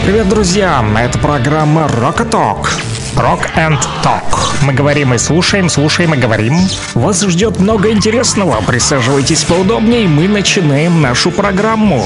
Привет, друзья! Это программа Rock Talk. Rock and Talk. Мы говорим и слушаем, слушаем и говорим. Вас ждет много интересного. Присаживайтесь поудобнее, мы начинаем нашу программу.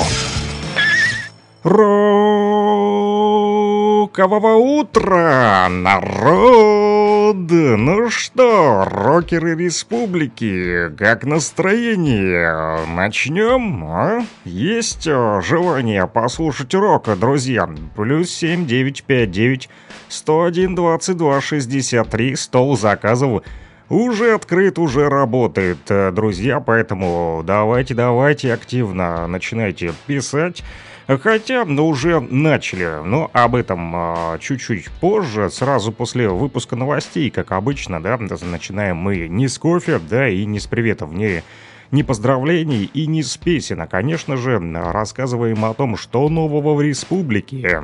Рокового утра, народ! Ну что, рокеры республики, как настроение? Начнем, а? Есть желание послушать рока, друзья? +7 959 101 22 63. Стол заказов уже открыт, уже работает, друзья, поэтому давайте активно начинайте писать. Хотя, уже начали, но об этом чуть-чуть позже, сразу после выпуска новостей, как обычно, да, начинаем мы не с кофе, да, и не с приветов, не поздравлений и не с песен, а, конечно же, рассказываем о том, что нового в республике.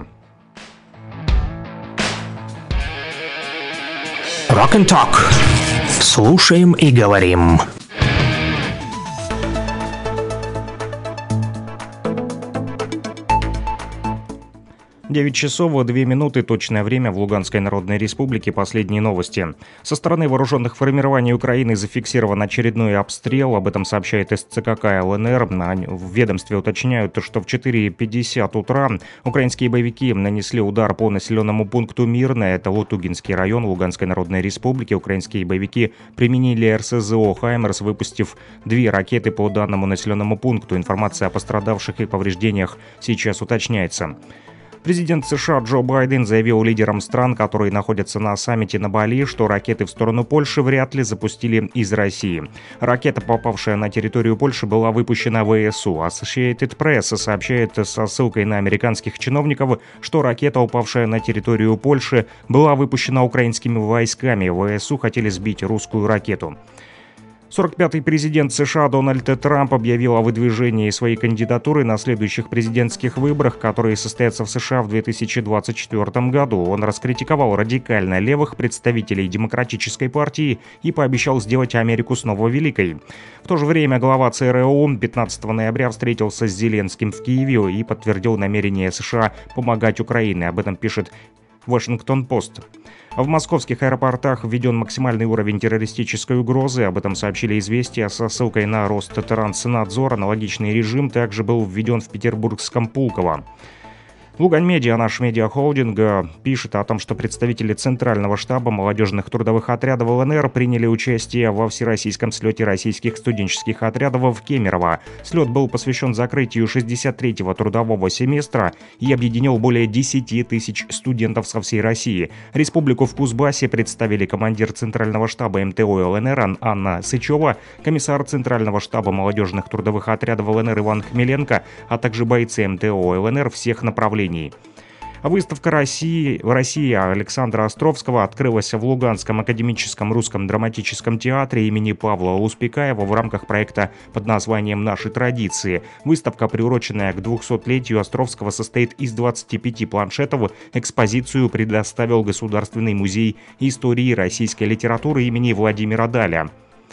Rock and Talk. Слушаем и говорим. 9 часов 2 минуты, точное время в Луганской Народной Республике. Последние новости. Со стороны вооруженных формирований Украины зафиксирован очередной обстрел. Об этом сообщает СЦКК ЛНР. В ведомстве уточняют, что в 4:50 утра украинские боевики нанесли удар по населенному пункту Мирное. Это Лутугинский район Луганской Народной Республики. Украинские боевики применили РСЗО «Хаймерс», выпустив 2 ракеты по данному населенному пункту. Информация о пострадавших и повреждениях сейчас уточняется. Президент США Джо Байден заявил лидерам стран, которые находятся на саммите на Бали, что ракеты в сторону Польши вряд ли запустили из России. Ракета, попавшая на территорию Польши, была выпущена ВСУ. Associated Press сообщает со ссылкой на американских чиновников, что ракета, упавшая на территорию Польши, была выпущена украинскими войсками. ВСУ хотели сбить русскую ракету. 45-й президент США Дональд Трамп объявил о выдвижении своей кандидатуры на следующих президентских выборах, которые состоятся в США в 2024 году. Он раскритиковал радикально левых представителей Демократической партии и пообещал сделать Америку снова великой. В то же время глава ЦРУ 15 ноября встретился с Зеленским в Киеве и подтвердил намерение США помогать Украине. Об этом пишет Washington-Post. В московских аэропортах введен максимальный уровень террористической угрозы. Об этом сообщили «Известия» со ссылкой на Ространснадзор. Аналогичный режим также был введен в петербургском Пулково. Лугань Медиа, наш медиахолдинг, пишет о том, что представители Центрального штаба молодежных трудовых отрядов ЛНР приняли участие во всероссийском слете российских студенческих отрядов в Кемерово. Слет был посвящен закрытию 63-го трудового семестра и объединил более 10 тысяч студентов со всей России. Республику в Кузбассе представили командир Центрального штаба МТО ЛНР Анна Сычева, комиссар Центрального штаба молодежных трудовых отрядов ЛНР Иван Хмеленко, а также бойцы МТО ЛНР всех направлений. Выставка в России Александра Островского открылась в Луганском академическом русском драматическом театре имени Павла Успекаева в рамках проекта под названием «Наши традиции». Выставка, приуроченная к 200-летию Островского, состоит из 25 планшетов. Экспозицию предоставил Государственный музей истории российской литературы имени Владимира Даля.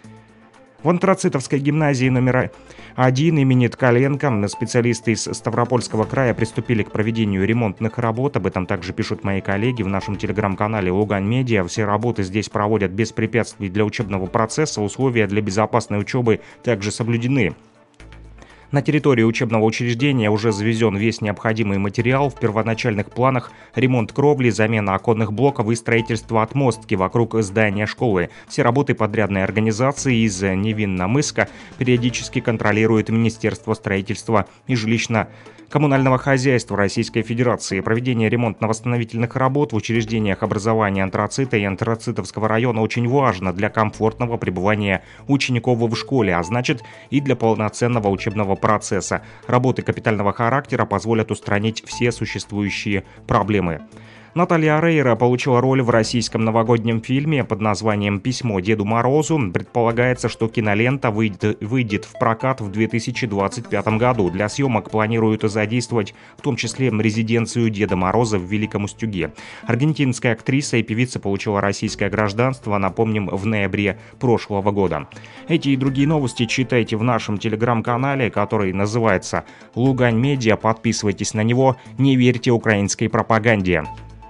В Антрацитовской гимназии номер 1 имени Ткаленко специалисты из Ставропольского края приступили к проведению ремонтных работ. Об этом также пишут мои коллеги в нашем телеграм-канале «Лугань Медиа». Все работы здесь проводят без препятствий для учебного процесса. Условия для безопасной учебы также соблюдены. На территории учебного учреждения уже завезен весь необходимый материал. В первоначальных планах ремонт кровли, замена оконных блоков и строительство отмостки вокруг здания школы. Все работы подрядной организации из Невинномысска периодически контролирует Министерство строительства и жилищно-коммунального хозяйства Российской Федерации. Проведение ремонтно-восстановительных работ в учреждениях образования Антрацита и Антрацитовского района очень важно для комфортного пребывания учеников в школе, а значит и для полноценного учебного процесса. Работы капитального характера позволят устранить все существующие проблемы. Наталья Орейро получила роль в российском новогоднем фильме под названием «Письмо Деду Морозу». Предполагается, что кинолента выйдет в прокат в 2025 году. Для съемок планируют задействовать в том числе резиденцию Деда Мороза в Великом Устюге. Аргентинская актриса и певица получила российское гражданство, напомним, в ноябре прошлого года. Эти и другие новости читайте в нашем телеграм-канале, который называется «Лугань Медиа». Подписывайтесь на него, не верьте украинской пропаганде.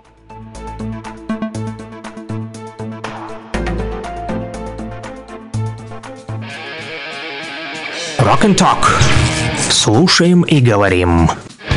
Rock and Talk. Слушаем и говорим.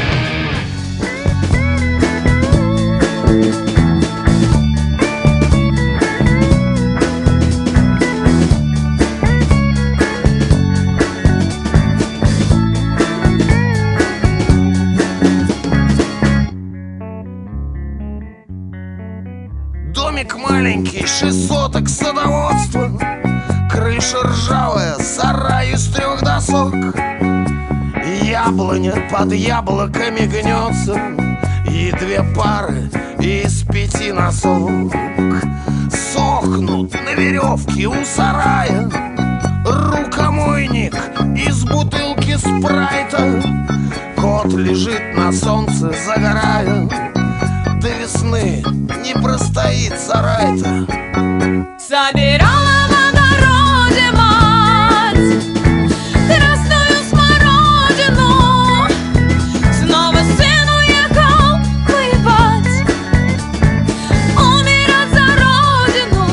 Домик маленький, 6 соток садоводства, крыша ржавая, сарай из 3 досок. Яблоня под яблоками гнется, и 2 пары из 5 носок. Сохнут на веревке у сарая рукомойник из бутылки спрайта. Кот лежит на солнце, загорая, до весны не простоит сарай-то. Собирала в огороде мать красную смородину, снова сын уехал воевать, умирать за родину.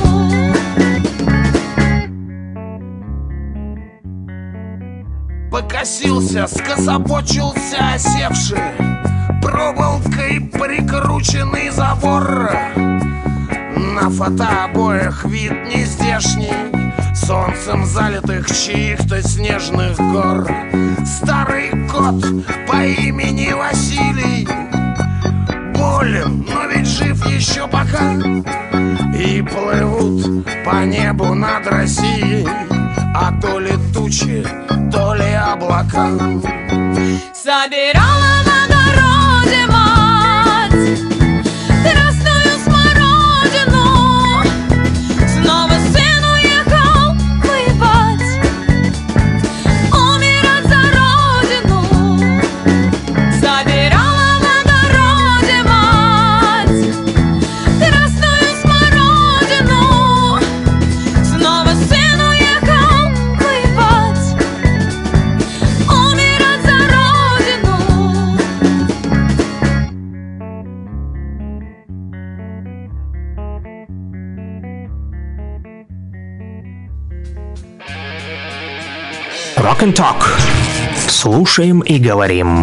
Покосился, скособочился осевший, проволокой прикрученный забор. На фотообоях вид нездешний, солнцем залитых чьих-то снежных гор. Старый кот по имени Василий болен, но ведь жив еще пока. И плывут по небу над Россией, а то ли тучи, то ли облака. Собирала в огороде мать красную смородину, снова сын уехал воевать, умирать за родину. Собирала в огороде мать красную смородину, снова сын уехал воевать, умирать за родину. Rock and Talk. Слушаем и говорим.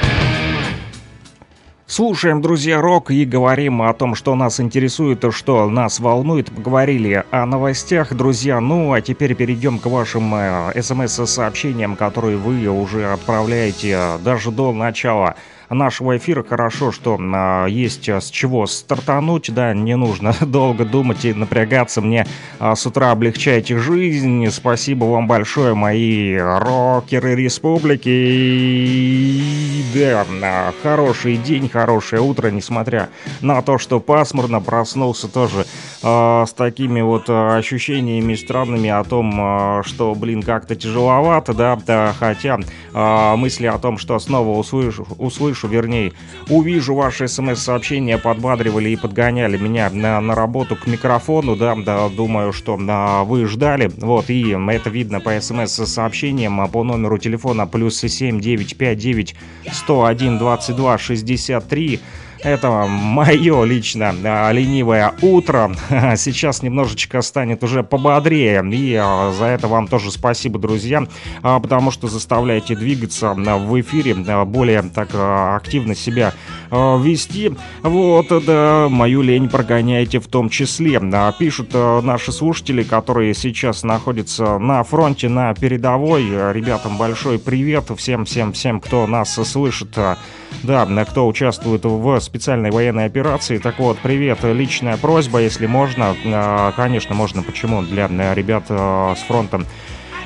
Слушаем, друзья, рок и говорим о том, что нас интересует и что нас волнует. Поговорили о новостях, друзья. Ну, а теперь перейдем к вашим смс-сообщениям, которые вы уже отправляете даже до начала нашего эфира. Хорошо, что есть с чего стартануть, да, не нужно долго думать и напрягаться. Мне с утра облегчаете жизнь. Спасибо вам большое, мои рокеры республики. Да, хороший день, хорошее утро, несмотря на то, что пасмурно. Проснулся тоже с такими вот ощущениями странными о том, что, блин, как-то тяжеловато, да, хотя мысли о том, что снова услышу, вернее, увижу ваши смс-сообщения, подбадривали и подгоняли меня на работу к микрофону, да, думаю, что вы ждали, вот, и это видно по смс-сообщениям по номеру телефона +7 959 101 22 63. Это мое лично ленивое утро. Сейчас немножечко станет уже пободрее. И за это вам тоже спасибо, друзья. Потому что заставляете двигаться в эфире, более так активно себя вести. Вот, да, мою лень прогоняете в том числе. Пишут наши слушатели, которые сейчас находятся на фронте, на передовой. Ребятам большой привет. Всем, кто нас слышит. Да, кто участвует в специальной военной операции. Так вот, привет, личная просьба, если можно. Конечно, можно, почему? Для ребят с фронта.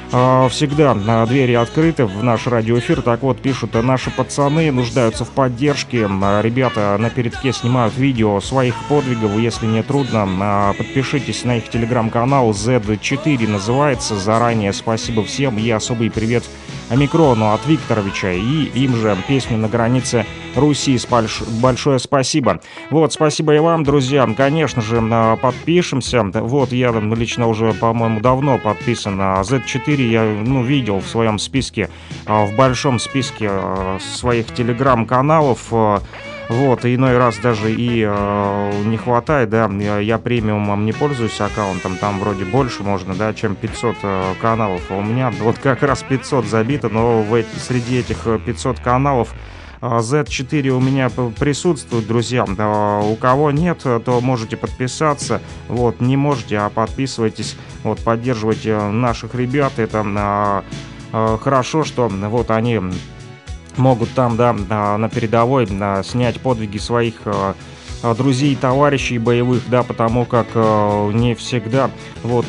всегда двери открыты в наш радиоэфир. Так вот, пишут, наши пацаны нуждаются в поддержке. Ребята на передке снимают видео своих подвигов. Если не трудно, подпишитесь на их телеграм-канал. Z4 называется. Заранее спасибо всем и особый привет Омикрону от Викторовича. И им же песню «На границе Руси». Большое спасибо. Вот, спасибо и вам, друзья. Конечно же, подпишемся. Вот, я лично уже, по-моему, давно подписан на Z4. Я, видел в своем списке, в большом списке своих телеграм-каналов. Вот, иной раз даже и не хватает, да, я премиумом не пользуюсь аккаунтом, там вроде больше можно, да, чем 500 каналов. А у меня вот как раз 500 забито, но среди этих 500 каналов Z4 у меня присутствует, друзья. У кого нет, то можете подписаться. Вот, не можете, а подписывайтесь. Вот, поддерживайте наших ребят. Это хорошо, что вот они могут там, да, на передовой снять подвиги своих друзей, товарищей боевых, да, потому как не всегда вот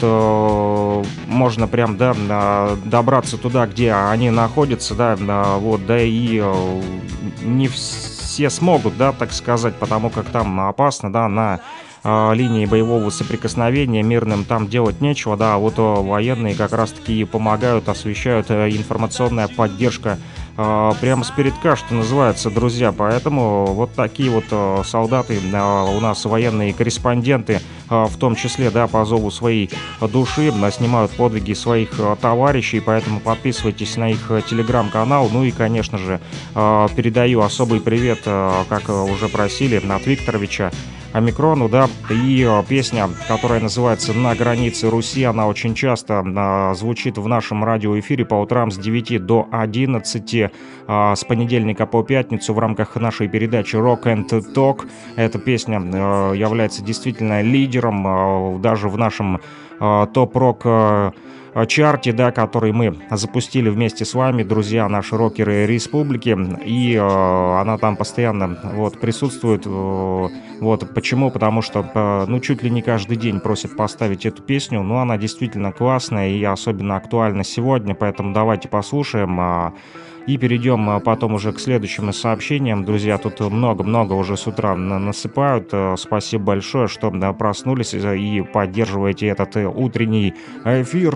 можно прям, да, добраться туда, где они находятся, да, вот, да, и не все смогут, да, так сказать, потому как там опасно, да, на линии боевого соприкосновения мирным там делать нечего, да, вот военные как раз-таки помогают, освещают, информационная поддержка прямо с передка, что называется, друзья. Поэтому вот такие вот солдаты у нас, военные корреспонденты, в том числе, да, по зову своей души, снимают подвиги своих товарищей, поэтому подписывайтесь на их телеграм-канал. Ну и, конечно же, передаю особый привет, как уже просили, от Викторовича Омикрону, да, и песня, которая называется «На границе Руси», она очень часто звучит в нашем радиоэфире по утрам с 9 до 11, с понедельника по пятницу в рамках нашей передачи Rock and Talk. Эта песня является действительно лидером даже в нашем топ-рок чарте, да, который мы запустили вместе с вами, друзья, наши рокеры республики, и она там постоянно вот присутствует. Вот почему? Потому что чуть ли не каждый день просят поставить эту песню, но она действительно классная и особенно актуальна сегодня, поэтому давайте послушаем и перейдем потом уже к следующим сообщениям. Друзья, тут много-много уже с утра насыпают. Спасибо большое, что проснулись и поддерживаете этот утренний эфир.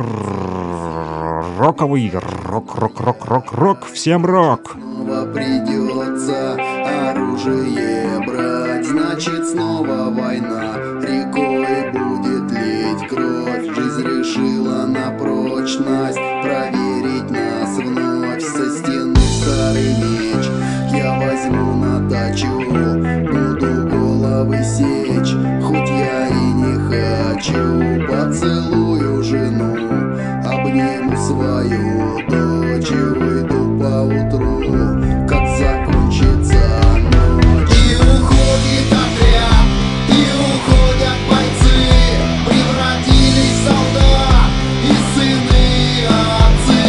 Роковый, рок. Всем рок! Снова придется оружие брать, значит снова война, рекой будет лить кровь. Жизнь решила на прочность проверить нас вновь. Со стены старый меч я возьму на дачу, буду головы сечь, хоть я и не хочу. Поцелую жену, обниму свою дочь и выйду поутру, как закончится ночь. И уходит отряд, и уходят бойцы, превратились в солдат и сыны отцы.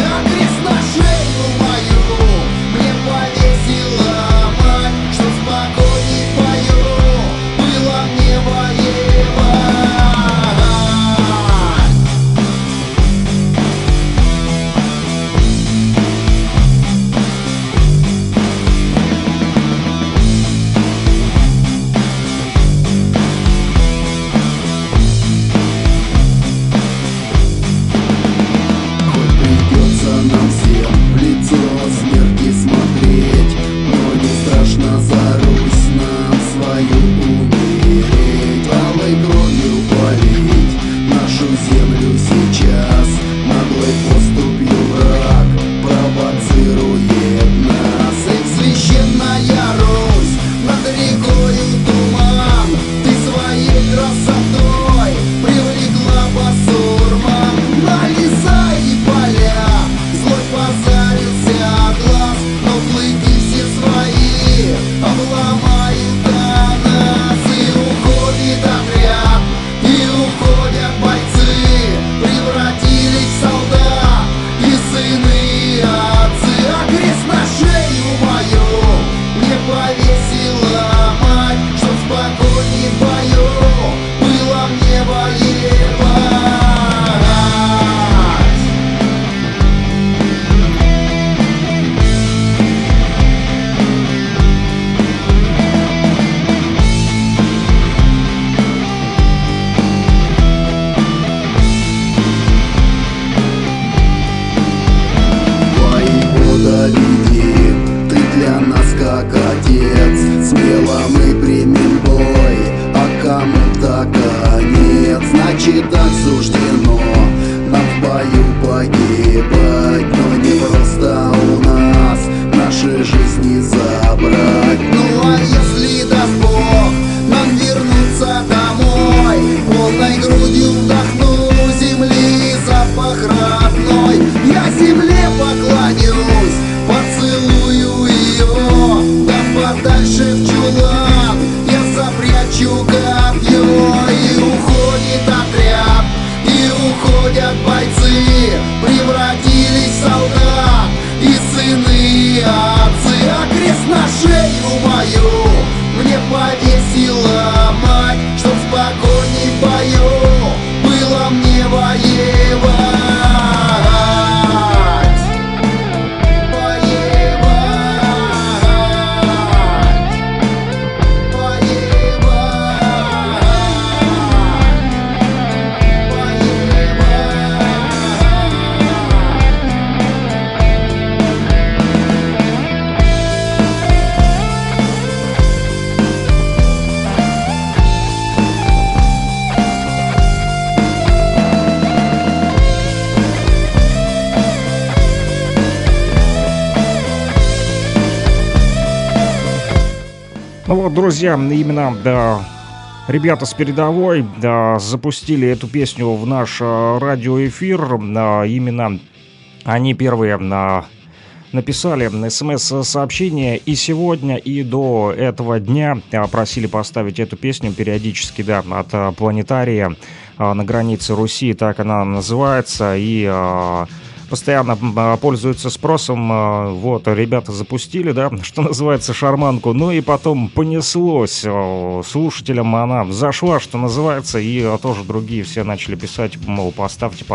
Вот, друзья, именно, да, ребята с передовой, да, запустили эту песню в наш радиоэфир. Именно они первые написали смс-сообщение и сегодня, и до этого дня просили поставить эту песню периодически, да, от Планетария на границе Руси, так она называется, и постоянно пользуются спросом. Вот, ребята запустили, да, что называется, шарманку, ну и потом понеслось. Слушателям она зашла, что называется, и тоже другие все начали писать, мол, поставьте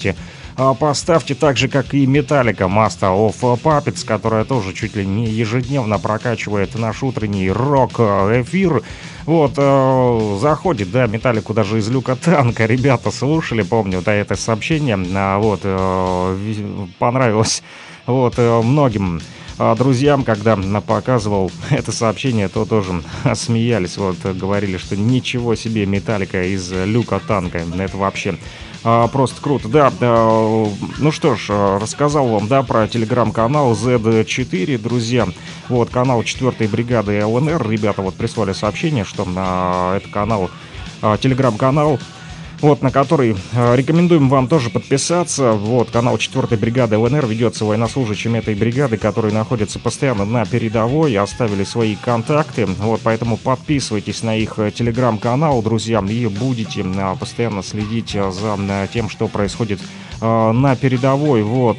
так же, как и Металлика, Master of Puppets, которая тоже чуть ли не ежедневно прокачивает наш утренний рок-эфир. Вот, заходит, да, Металлику даже из люка танка. Ребята слушали, помню, да, это сообщение, вот, понравилось, вот, многим друзьям, когда показывал это сообщение, то тоже смеялись, вот, говорили, что ничего себе, Металлика из люка танка, это вообще просто круто. Да, ну что ж, рассказал вам, да, про телеграм-канал Z4, друзья. Вот, канал 4-й бригады ЛНР. Ребята вот прислали сообщение, что это канал, телеграм-канал, вот, на который рекомендуем вам тоже подписаться. Вот, канал 4-й бригады ЛНР ведется военнослужащими этой бригады, которые находятся постоянно на передовой, оставили свои контакты. Вот, поэтому подписывайтесь на их телеграм-канал, друзья, и будете постоянно следить за тем, что происходит на передовой. Вот,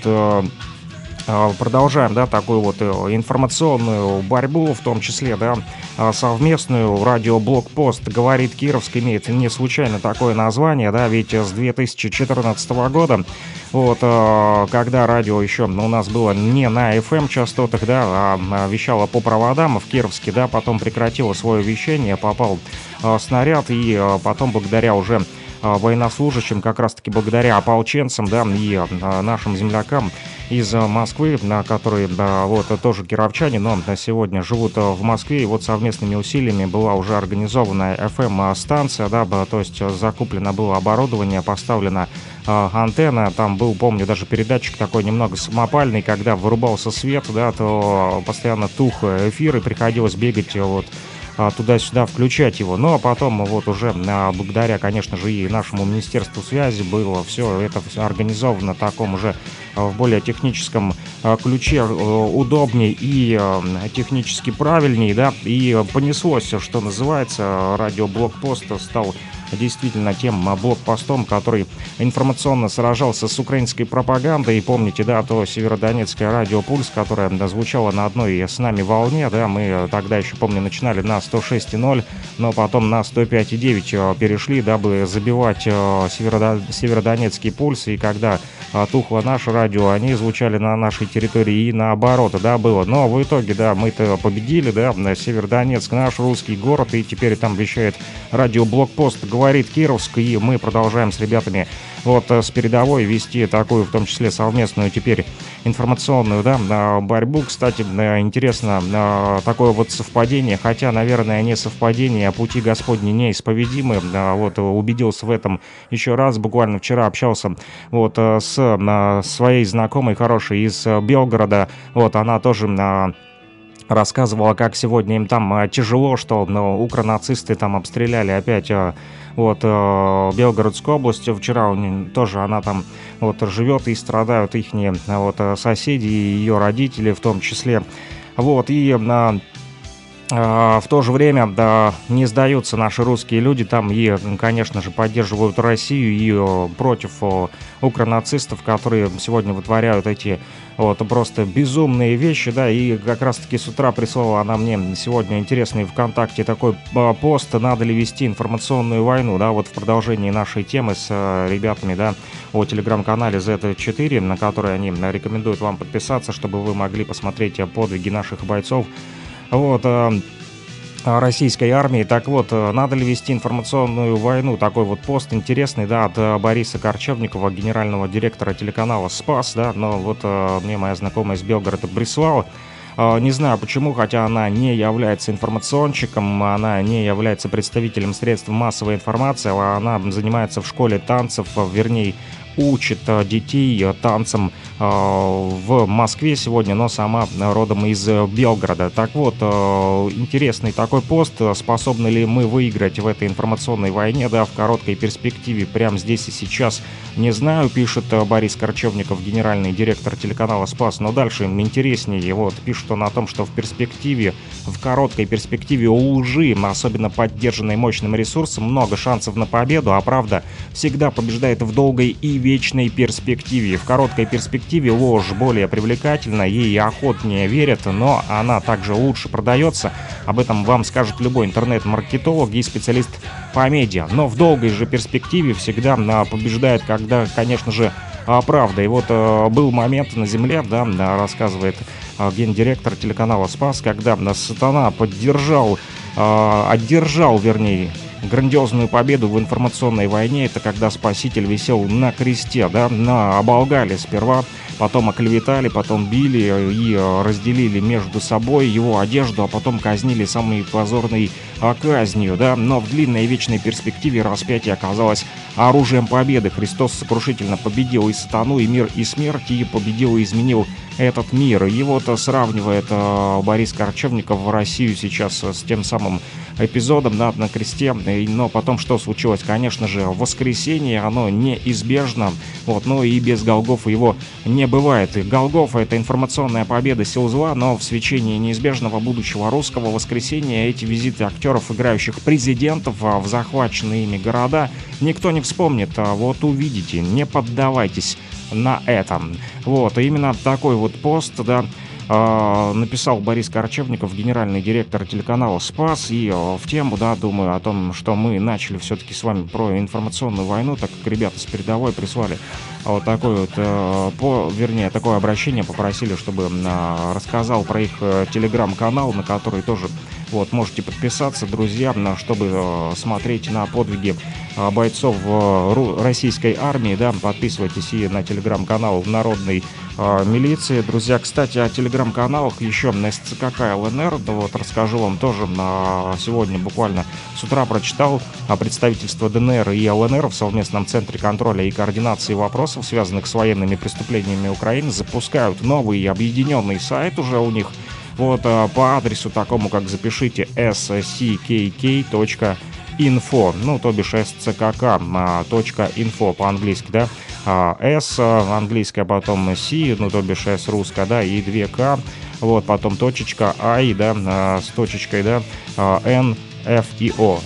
продолжаем, да, такую вот информационную борьбу, в том числе, да, совместную. Радиоблокпост «Говорит Кировск» имеет не случайно такое название, да, ведь с 2014 года, вот, когда радио еще у нас было не на FM частотах, да, а вещало по проводам в Кировске, да, потом прекратило свое вещание, попал снаряд, и потом благодаря уже военнослужащим, как раз-таки благодаря ополченцам, да, и нашим землякам из Москвы, которые, вот, тоже кировчане, но сегодня живут в Москве, и вот совместными усилиями была уже организована FM-станция, да, то есть закуплено было оборудование, поставлена антенна, там был, помню, даже передатчик такой немного самопальный, когда вырубался свет, да, то постоянно тух эфир, и приходилось бегать вот туда-сюда, включать его. Ну, а потом вот уже благодаря, конечно же, и нашему Министерству связи было все это организовано в таком уже в более техническом ключе, удобнее и технически правильнее, да, и понеслось, что называется. Радиоблокпост стал действительно тем блокпостом, который информационно сражался с украинской пропагандой. И помните, да, то северодонецкое радио «Пульс», которое звучало на одной с нами волне, да, мы тогда еще, помню, начинали на 106,0, но потом на 105,9 перешли, дабы забивать северодонецкий «Пульс», и когда тухло наше радио, они звучали на нашей территории и наоборот, да, было. Но в итоге, да, мы-то победили, да, Северодонецк наш русский город, и теперь там вещает радиоблокпост «Говорит Кировск», и мы продолжаем с ребятами вот с передовой вести такую, в том числе, совместную теперь информационную, да, борьбу. Кстати, интересно такое вот совпадение, хотя, наверное, не совпадение, а пути Господни неисповедимы. Вот убедился в этом еще раз, буквально вчера общался вот с своей знакомой хорошей из Белгорода. Вот она тоже рассказывала, как сегодня им там тяжело, что укронацисты там обстреляли опять вот Белгородскую область. Вчера тоже она там вот живет, и страдают ихние вот соседи и ее родители в том числе. Вот, и в то же время, да, не сдаются наши русские люди там и, конечно же, поддерживают Россию и против укронацистов, которые сегодня вытворяют эти вот просто безумные вещи, да, и как раз-таки с утра прислала она мне сегодня интересный ВКонтакте такой пост: надо ли вести информационную войну, да, вот в продолжении нашей темы с ребятами, да, о телеграм-канале Z4, на который они рекомендуют вам подписаться, чтобы вы могли посмотреть подвиги наших бойцов вот российской армии. Так вот, надо ли вести информационную войну? Такой вот пост интересный, да, от Бориса Корчевникова, генерального директора телеканала «Спас», да, но вот мне моя знакомая из Белгорода прислала. Не знаю почему, хотя она не является информационщиком, она не является представителем средств массовой информации, а она занимается в школе танцев, вернее, учит детей танцам в Москве сегодня, но сама родом из Белгорода. Так вот, интересный такой пост. Способны ли мы выиграть в этой информационной войне, да, в короткой перспективе, прямо здесь и сейчас, не знаю, пишет Борис Корчевников, генеральный директор телеканала «Спас». Но дальше интереснее. Вот, пишет он о том, что в перспективе, в короткой перспективе у лжи, особенно поддержанной мощным ресурсом, много шансов на победу, а правда всегда побеждает в долгой и вечной перспективе. В короткой перспективе ложь более привлекательна, ей охотнее верят, но она также лучше продается. Об этом вам скажет любой интернет-маркетолог и специалист по медиа. Но в долгой же перспективе всегда побеждает, когда, конечно же, правда. И вот был момент на Земле, да, рассказывает гендиректор телеканала «Спас», когда сатана одержал, вернее, грандиозную победу в информационной войне. Это когда Спаситель висел на кресте, да, оболгали сперва, потом оклеветали, потом били и разделили между собой его одежду, а потом казнили самой позорной казнью, да. Но в длинной и вечной перспективе распятие оказалось оружием победы. Христос сокрушительно победил и сатану, и мир, и смерть, и победил и изменил этот мир. И вот сравнивает Борис Корчевников в Россию сейчас с тем самым эпизодом, да, на кресте. Но потом что случилось? Конечно же, воскресенье, оно неизбежно. Вот, но и без Голгофа его не бывает. И Голгофа — это информационная победа сил зла, но в свечении неизбежного будущего русского воскресенья эти визиты актеров, играющих президентов в захваченные ими города, никто не вспомнит. Вот увидите, не поддавайтесь на этом. Вот, и именно такой вот пост, да, написал Борис Корчевников, генеральный директор телеканала «Спас». И в тему, да, думаю о том, что мы начали все-таки с вами про информационную войну, так как ребята с передовой прислали вот такой вот, такое обращение, попросили, чтобы рассказал про их телеграм-канал, на который тоже вот можете подписаться, друзья, чтобы смотреть на подвиги бойцов российской армии, да, подписывайтесь и на телеграм-канал Народной милиции. Друзья, кстати, о телеграм-каналах еще на СЦКК ЛНР, да, вот расскажу вам тоже. Сегодня буквально с утра прочитал представительство ДНР и ЛНР в совместном центре контроля и координации вопросов, связанных с военными преступлениями Украины, запускают новый объединенный сайт уже у них. Вот по адресу такому, как запишите, sckk.info, ну, то бишь sckk.info по-английски, да, S английская, потом C, ну, то бишь S русская, да, и 2К, вот, потом точечка I, да, с точечкой, да, N, F и O,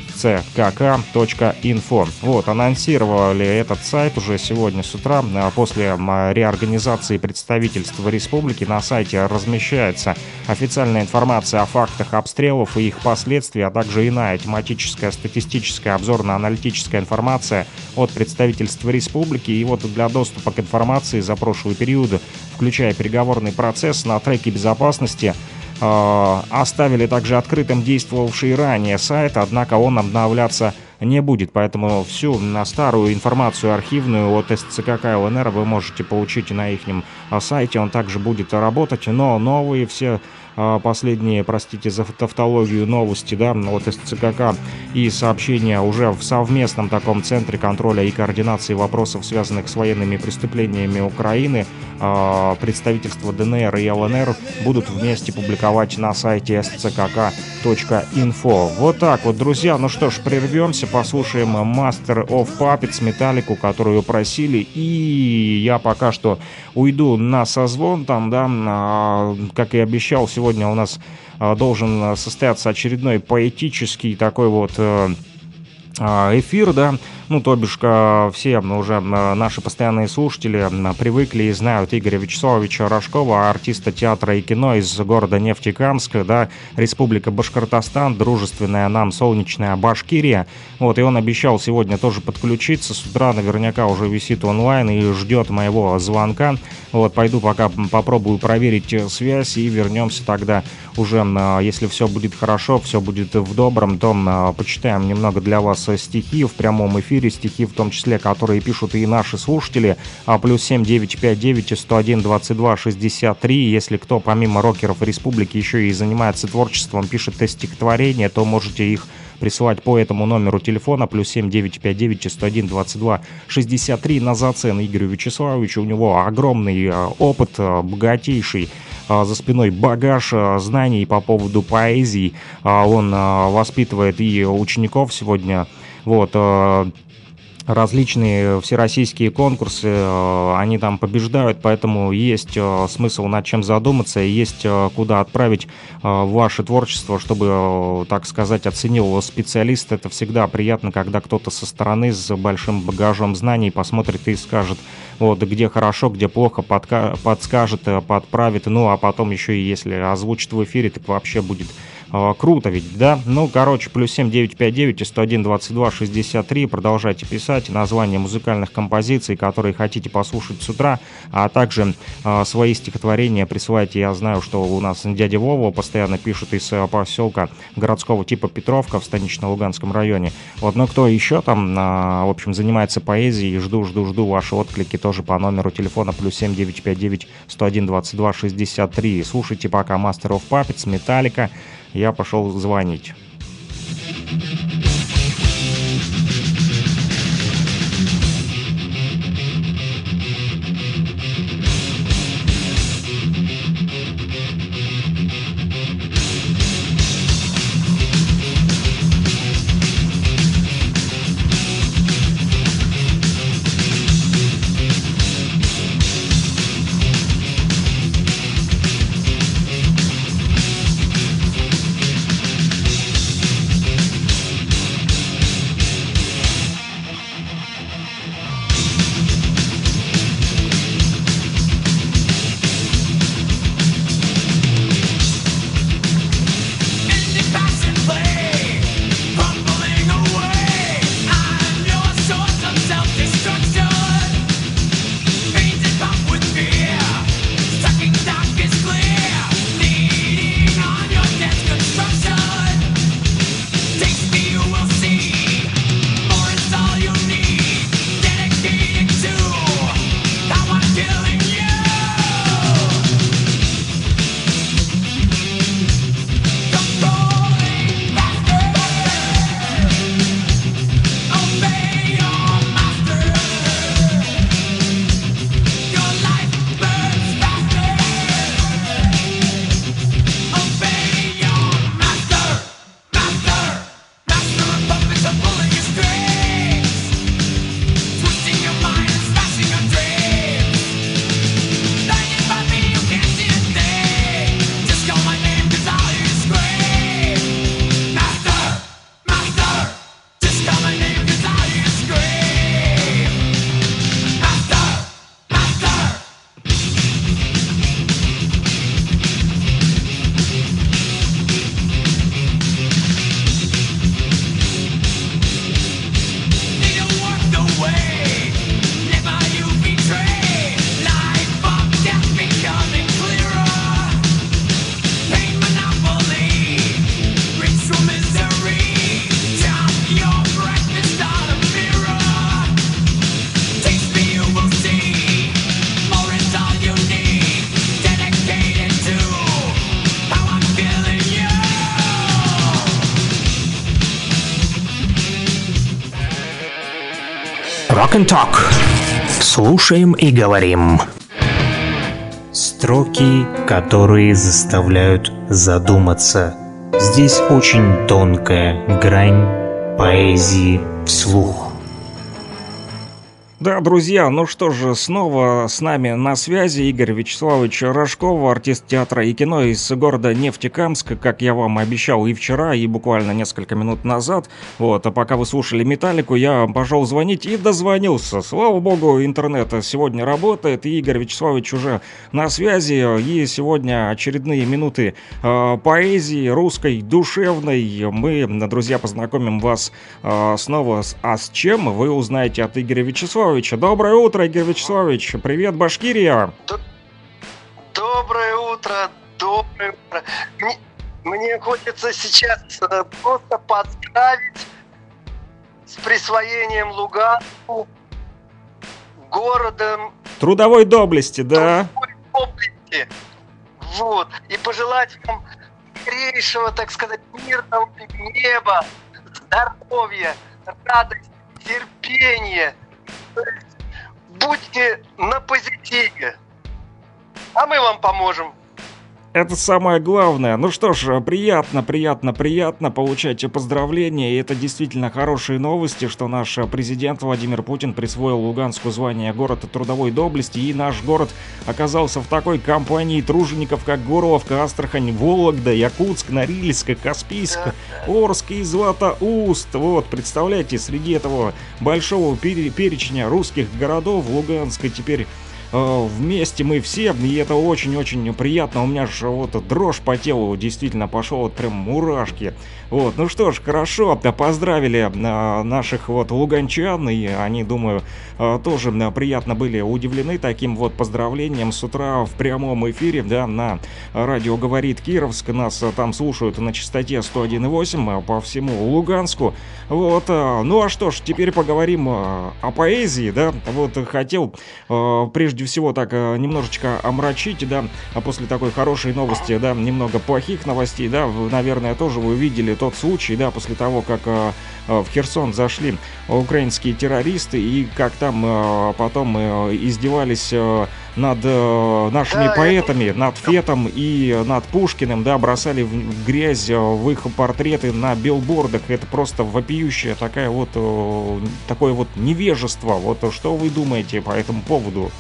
sckk.info. Вот, анонсировали этот сайт уже сегодня с утра. После реорганизации представительства республики на сайте размещается официальная информация о фактах обстрелов и их последствий, а также иная тематическая, статистическая, обзорно-аналитическая информация от представительства республики. И вот для доступа к информации за прошлый период, включая переговорный процесс, на треке безопасности оставили также открытым действовавший ранее сайт, однако он обновляться не будет, поэтому всю старую информацию архивную от СЦКК ЛНР вы можете получить на их сайте, он также будет работать, но новые все последние, простите за тавтологию, новости, да, от СЦКК и сообщения уже в совместном таком центре контроля и координации вопросов, связанных с военными преступлениями Украины, представительства ДНР и ЛНР будут вместе публиковать на сайте sckk.info. Вот так вот, друзья. Ну что ж, прервемся, послушаем Master of Puppets, Металлику, которую просили, и я пока что уйду на созвон там, да, как и обещал, сегодня у нас должен состояться очередной поэтический такой вот эфир, да, ну, то бишь, все уже наши постоянные слушатели привыкли и знают Игоря Вячеславовича Рожкова, артиста театра и кино из города Нефтекамск, да, Республика Башкортостан, дружественная нам солнечная Башкирия. Вот, и он обещал сегодня тоже подключиться. С утра наверняка уже висит онлайн и ждет моего звонка. Вот, пойду пока попробую проверить связь и вернемся тогда уже, если все будет хорошо, все будет в добром, то почитаем немного для вас стихи в прямом эфире, стихи в том числе, которые пишут и наши слушатели, +7 959 101 22 63. Если кто помимо рокеров республики еще и занимается творчеством, пишет стихотворения, то можете их присылать по этому номеру телефона +7 959 101 22 63 на зацену Игорю Вячеславовичу. У него огромный опыт, богатейший за спиной багаж знаний по поводу поэзии. Он воспитывает и учеников сегодня. Вот, различные всероссийские конкурсы, они там побеждают, поэтому есть смысл над чем задуматься, есть куда отправить ваше творчество, чтобы, так сказать, оценил специалист. Это всегда приятно, когда кто-то со стороны с большим багажом знаний посмотрит и скажет, вот, где хорошо, где плохо, подскажет, подправит, ну, а потом еще и если озвучит в эфире, так вообще будет круто ведь, да? Ну, короче, +7 959 101 22 63. Продолжайте писать названия музыкальных композиций, которые хотите послушать с утра, а также свои стихотворения присылайте. Я знаю, что у нас дядя Вова постоянно пишет из поселка городского типа Петровка в станично-Луганском районе. Вот, но кто еще там, в общем, занимается поэзией, жду ваши отклики тоже по номеру телефона +7 959 101 22 63. Слушайте пока Master of Puppets, Metallica. Я пошел звонить. Rock and Talk. Слушаем и говорим. Строки, которые заставляют задуматься. Здесь очень тонкая грань поэзии вслух. Да, друзья, ну что же, снова с нами на связи Игорь Вячеславович Рожков, артист театра и кино из города Нефтекамск, как я вам обещал и вчера, и буквально несколько минут назад. Вот, а пока вы слушали «Металлику», я пошел звонить и дозвонился. Слава богу, интернет сегодня работает, и Игорь Вячеславович уже на связи, и сегодня очередные минуты поэзии русской, душевной. Мы, друзья, познакомим вас снова с чем, вы узнаете от Игоря Вячеславовича. Доброе утро, Игорь Вячеславович. Привет, Башкирия. Доброе утро, доброе утро. Мне хочется сейчас просто поздравить с присвоением Луганску городом трудовой доблести, да? Трудовой доблести. Вот. И пожелать вам скорейшего, так сказать, мирного неба, здоровья, радости, терпения. То есть будьте на позитиве, а мы вам поможем. Это самое главное. Ну что ж, приятно получать поздравления. И это действительно хорошие новости, что наш президент Владимир Путин присвоил Луганску звание города трудовой доблести. И наш город оказался в такой компании тружеников, как Горловка, Астрахань, Вологда, Якутск, Норильск, Каспийск, Орск и Златоуст. Вот, представляете, среди этого большого перечня русских городов Луганска теперь вместе мы все, и это очень-очень приятно. У меня же вот дрожь по телу действительно пошел, вот прям мурашки. Вот, ну что ж, хорошо, поздравили наших вот луганчан, и они, думаю, тоже приятно были удивлены таким вот поздравлением с утра в прямом эфире, да, на радио «Говорит Кировск». Нас там слушают на частоте 101,8 по всему Луганску. Вот, ну а что ж, теперь поговорим о поэзии, да. Вот хотел прежде всего так немножечко омрачить, да, а после такой хорошей новости, да, немного плохих новостей, да, вы, наверное, тоже вы видели тот случай, да, после того, как в Херсон зашли украинские террористы и как там потом издевались над нашими поэтами, над Фетом и над Пушкиным, да, бросали в грязь в их портреты на билбордах. Это просто вопиющее такое вот невежество. Вот что вы думаете по этому поводу?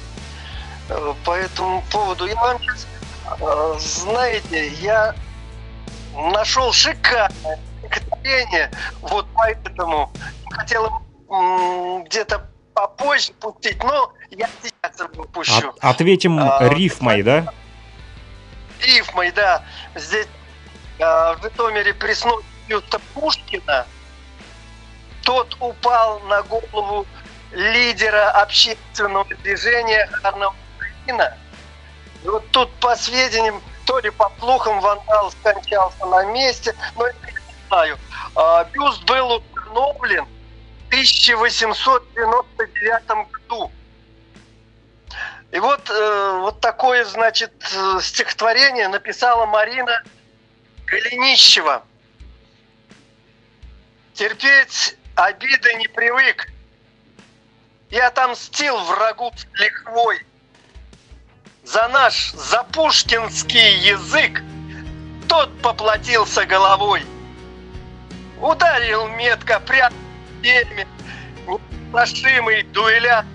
По этому поводу я вам сейчас, знаете, я нашел шикарное стихотворение, вот поэтому хотел где-то попозже пустить, но я сейчас его пущу. Ответим рифмой, да? Рифмой, да. Здесь в Житомире приснул бюст Пушкина. Тот упал на голову лидера общественного движения «Арна Украина». И вот тут, по сведениям, то ли по слухам, вандал скончался на месте, но я не знаю. Бюст был установлен в 1899 году. И вот такое, значит, стихотворение написала Марина Голенищева. Терпеть обиды не привык. И отомстил врагу с лихвой. За пушкинский язык тот поплатился головой. Ударил метко прямо в теме неустрашимый дуэлянт.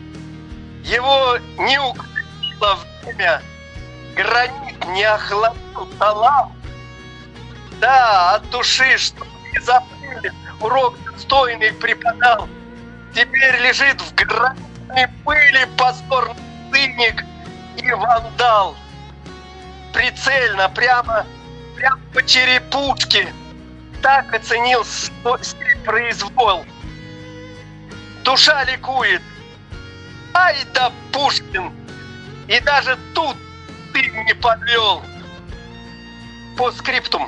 Его не укротило время, гранит не охладил талант. Да, от души, что не забыли, урок достойный преподал. Теперь лежит в гранитной пыли позорный циник и вандал. Прицельно, прямо по черепушке, так оценил свой произвол. Душа ликует. Ай да Пушкин! И даже тут ты не подвел. По скриптум.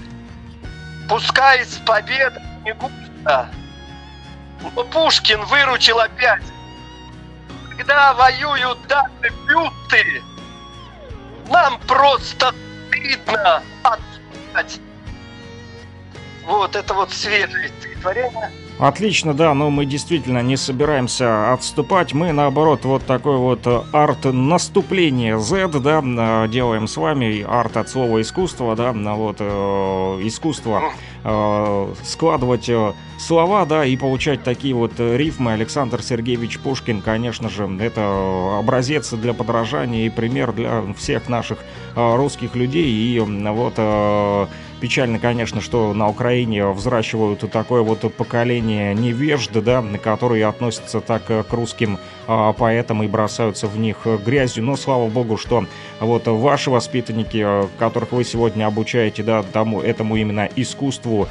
Пускай с победой не густо, но Пушкин выручил опять. Когда воюют даже бюсты, нам просто стыдно отстать. Вот это вот свежее стихотворение. Отлично, да, но мы действительно не собираемся отступать. Мы, наоборот, вот такое вот арт-наступление Z, да, делаем с вами. Арт от слова искусство, да, вот искусство складывать слова, да, и получать такие вот рифмы. Александр Сергеевич Пушкин, конечно же, это образец для подражания и пример для всех наших русских людей. И вот печально, конечно, что на Украине взращивают такое вот поколение невежд, да, которые относятся так к русским поэтам и бросаются в них грязью. Но слава богу, что вот ваши воспитанники, которых вы сегодня обучаете, да, этому именно искусству,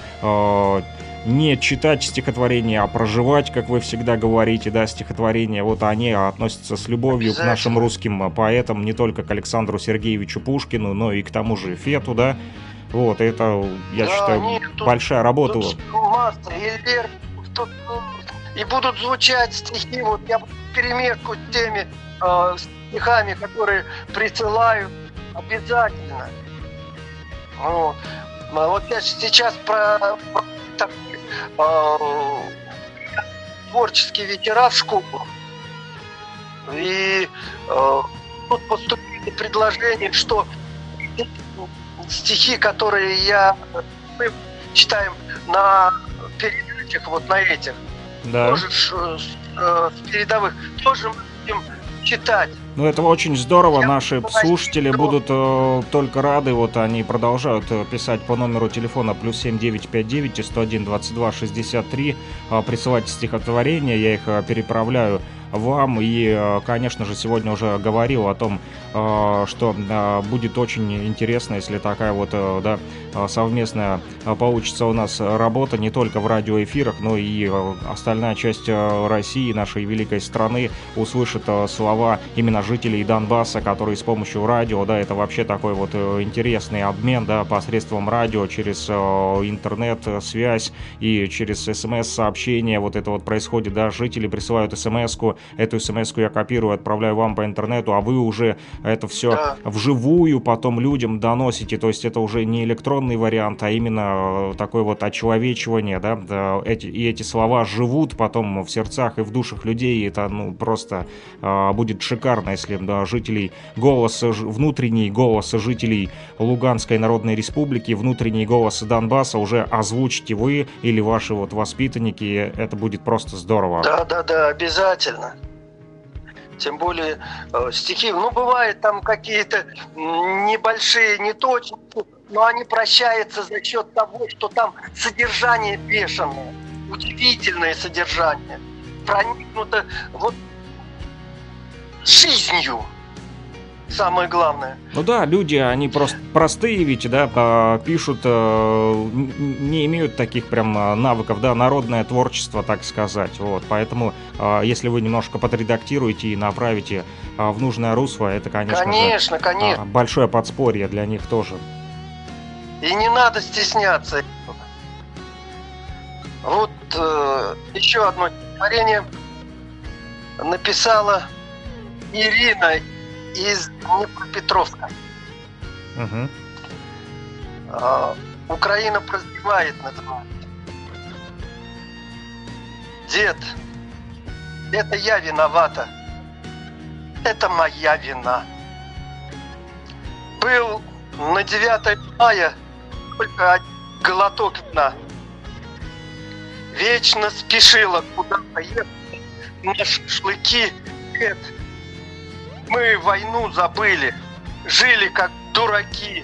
не читать стихотворения, а проживать, как вы всегда говорите, да, стихотворения. Вот они относятся с любовью к нашим русским поэтам, не только к Александру Сергеевичу Пушкину, но и к тому же Фету, да. Вот, это, я считаю, большая работа. Тут масса, и будут звучать стихи, вот я перемешку с теми стихами, которые присылают обязательно. Вот я сейчас про творческие вечера в школу. И тут поступили предложения, что стихи, которые мы читаем на передачах, вот на этих, Да. тоже с передовых, тоже мы будем читать. Ну, это очень здорово, Я наши попросил слушатели его. будут только рады, вот они продолжают писать по номеру телефона +7 959 101 22 63, присылать стихотворения, я их переправляю вам, и, конечно же, сегодня уже говорил о том, что будет очень интересно, если такая вот, да, совместная получится у нас работа не только в радиоэфирах, но и остальная часть России, нашей великой страны, услышит слова именно жителей Донбасса, которые с помощью радио, да, это вообще такой вот интересный обмен, да, посредством радио, через интернет-связь и через смс-сообщения, вот это вот происходит, да, жители присылают смс-ку, эту смс-ку я копирую, отправляю вам по интернету, а вы уже это все вживую потом людям доносите, то есть это уже не электронный вариант, а именно такое вот очеловечивание, да, эти слова живут потом в сердцах и в душах людей, и это, ну, просто будет шикарно, если, да, жителей внутренний голос жителей Луганской Народной Республики, внутренний голос Донбасса уже озвучите вы или ваши вот воспитанники, это будет просто здорово. Да, обязательно. Тем более стихи, ну, бывает там какие-то небольшие неточности, но они прощаются за счет того, что там содержание бешеное, удивительное содержание, проникнуто вот жизнью. Самое главное. Ну да, люди, они просто простые ведь, да, пишут, не имеют таких прям навыков, да, народное творчество, так сказать, вот, поэтому, если вы немножко подредактируете и направите в нужное русло, это, конечно. Большое подспорье для них тоже. И не надо стесняться. Вот еще одно стихотворение написала Ирина из Днепропетровска. Украина прозревает, называется. Дед, это я виновата. Это моя вина. Был на 9 мая только один глоток вина. Вечно спешила куда-то ехать на шашлыки. Дед, мы войну забыли, жили как дураки.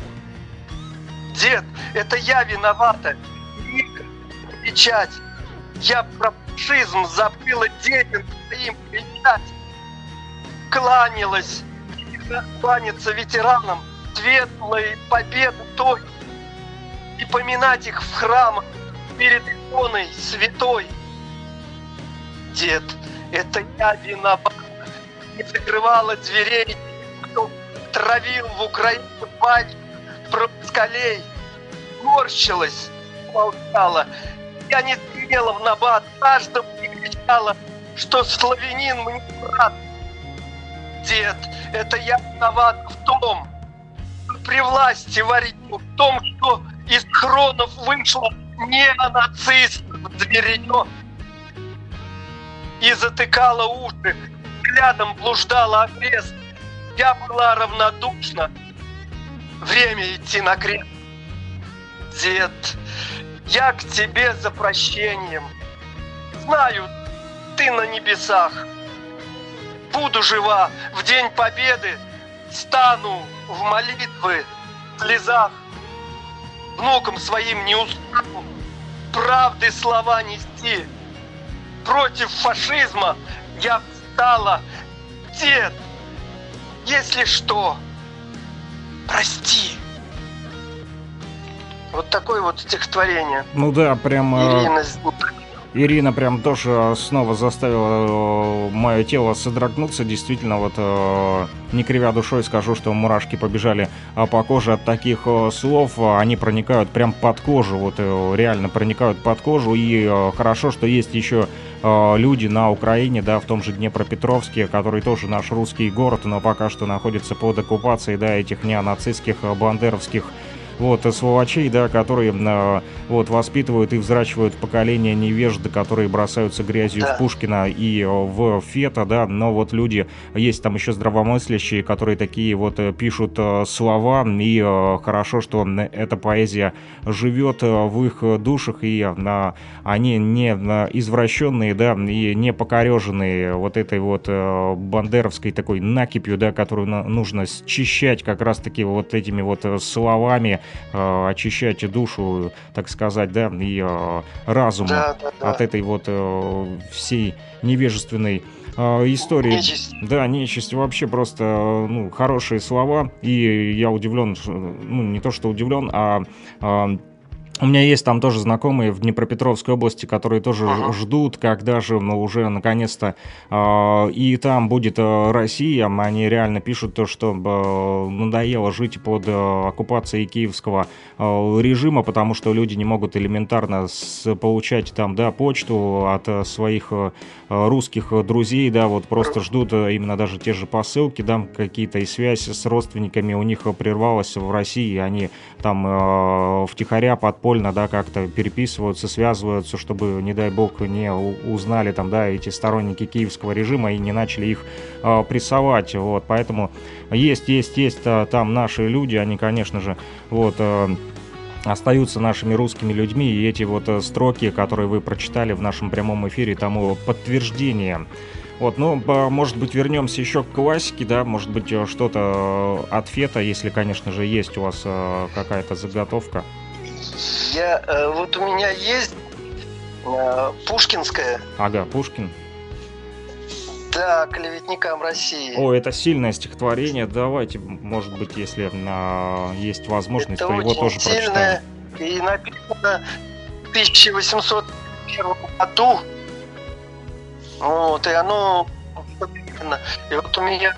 Дед, это я виновата, никак не кричать. Я про фашизм забыла детям своим кричать. Кланялась, кланяться ветеранам светлой победы той. И поминать их в храмах перед иконой святой. Дед, это я виновата. Не закрывала дверей, кто травил в Украине мать скалей. Морщилась, молчала. Я не стрела в набат, каждому не кричала, что славянин мне брат. Дед, это я виноват в том, что при власти варенье, в том, что из хронов вышло неонацистов зверенё и затыкала уши. Взглядом блуждала окрест. Я была равнодушна. Время идти на крест. Дед, я к тебе за прощением. Знаю, ты на небесах. Буду жива в день победы. Стану в молитвы, в слезах. Внукам своим не устану правды слова нести. Против фашизма я встала. Дед, если что, прости. Вот такое вот стихотворение. Ну да, прям Ирина прям тоже снова заставила мое тело содрогнуться. Действительно, вот не кривя душой скажу, что мурашки побежали по коже от таких слов. Они проникают прям под кожу, вот реально проникают под кожу. И хорошо, что есть еще люди на Украине, да, в том же Днепропетровске, который тоже наш русский город, но пока что находится под оккупацией, да, этих неонацистских, бандеровских вот, сволочей, да, которые вот, воспитывают и взращивают поколение невежд, которые бросаются грязью в Пушкина и в Фета, да, но вот люди, есть там еще здравомыслящие, которые такие вот пишут слова, и хорошо, что эта поэзия живет в их душах, и они не извращенные, да, и не покореженные вот этой вот бандеровской такой накипью, да, которую нужно счищать как раз-таки вот этими вот словами, очищать душу, так сказать, да, и разум от этой вот всей невежественной истории. Нечисть. Да, нечисть, вообще просто, ну, хорошие слова, и я удивлен, ну, не то что удивлен, у меня есть там тоже знакомые в Днепропетровской области, которые тоже ждут, когда же, ну, уже наконец-то и там будет Россия. Они реально пишут то, что надоело жить под оккупацией киевского режима, потому что люди не могут элементарно получать там, да, почту от своих русских друзей, да, вот просто ждут именно даже те же посылки, да, какие-то, и связь с родственниками у них прервалась в России, они там втихаря подпольно, да, как-то переписываются, связываются, чтобы, не дай бог, не узнали там, да, эти сторонники киевского режима и не начали их прессовать, вот, поэтому есть там наши люди, они, конечно же, вот, остаются нашими русскими людьми, и эти вот строки, которые вы прочитали в нашем прямом эфире, тому подтверждение. Вот, ну, может быть, вернемся еще к классике, да, может быть, что-то от Фета, если, конечно же, есть у вас какая-то заготовка. Вот у меня есть Пушкинская. Ага, Пушкин. Да, «Клеветникам России». О, это сильное стихотворение. Давайте, может быть, если есть возможность, это то его тоже сильное, прочитаем. И написано в 1801 году. Вот, и оно... И вот у меня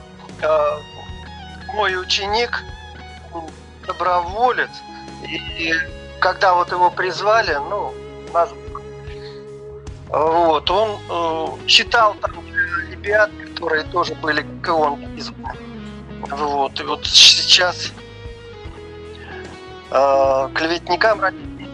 мой ученик, доброволец, и когда вот его призвали, ну, нас... Вот, он читал там ребят, которые тоже были, как и он, вот, и вот сейчас «Клеветникам России».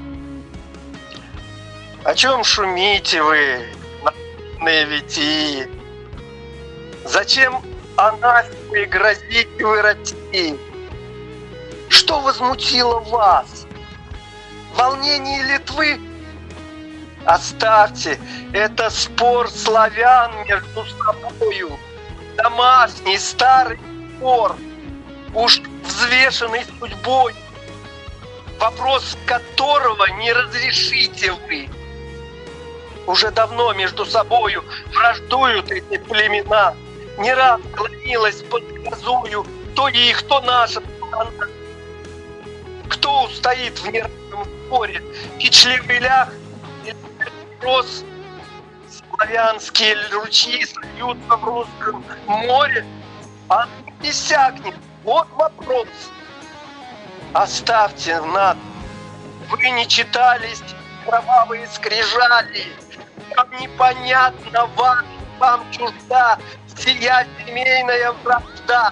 О чем шумите вы, народные витии? Зачем анафемой грозите вы России? Что возмутило вас? Волнение Литвы? Оставьте, это спор славян между собою. Домашний старый спор, уж взвешенный судьбой, вопрос которого не разрешите вы. Уже давно между собою враждуют эти племена. Не раз клонилась под грозою то их, то наша страна. Кто устоит в неравном споре? Кичливый лях рос, славянские ручьи сольются в русском море, а иссякнет. Вот вопрос. Оставьте нас. Вы не читались кровавые скрижали. Вам непонятно вам чужда сия семейная вражда.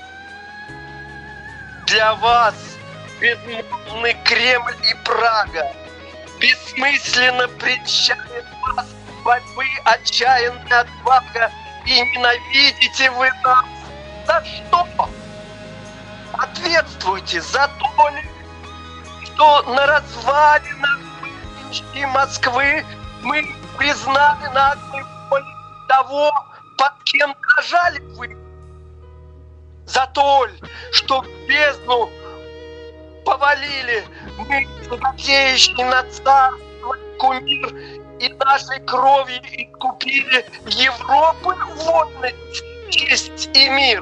Для вас безмолвны Кремль и Прага. Бессмысленно прельщает вас борьбы отчаянная отвага, и ненавидите вы нас. За что? Ответствуйте за то ли, что на развалинах и Москвы мы признали наглой волей того, под кем дрожали вы. За то ли, что в бездну повалили мы богатеющий на царство кумир и нашей кровью искупили Европы вольность, честь и мир.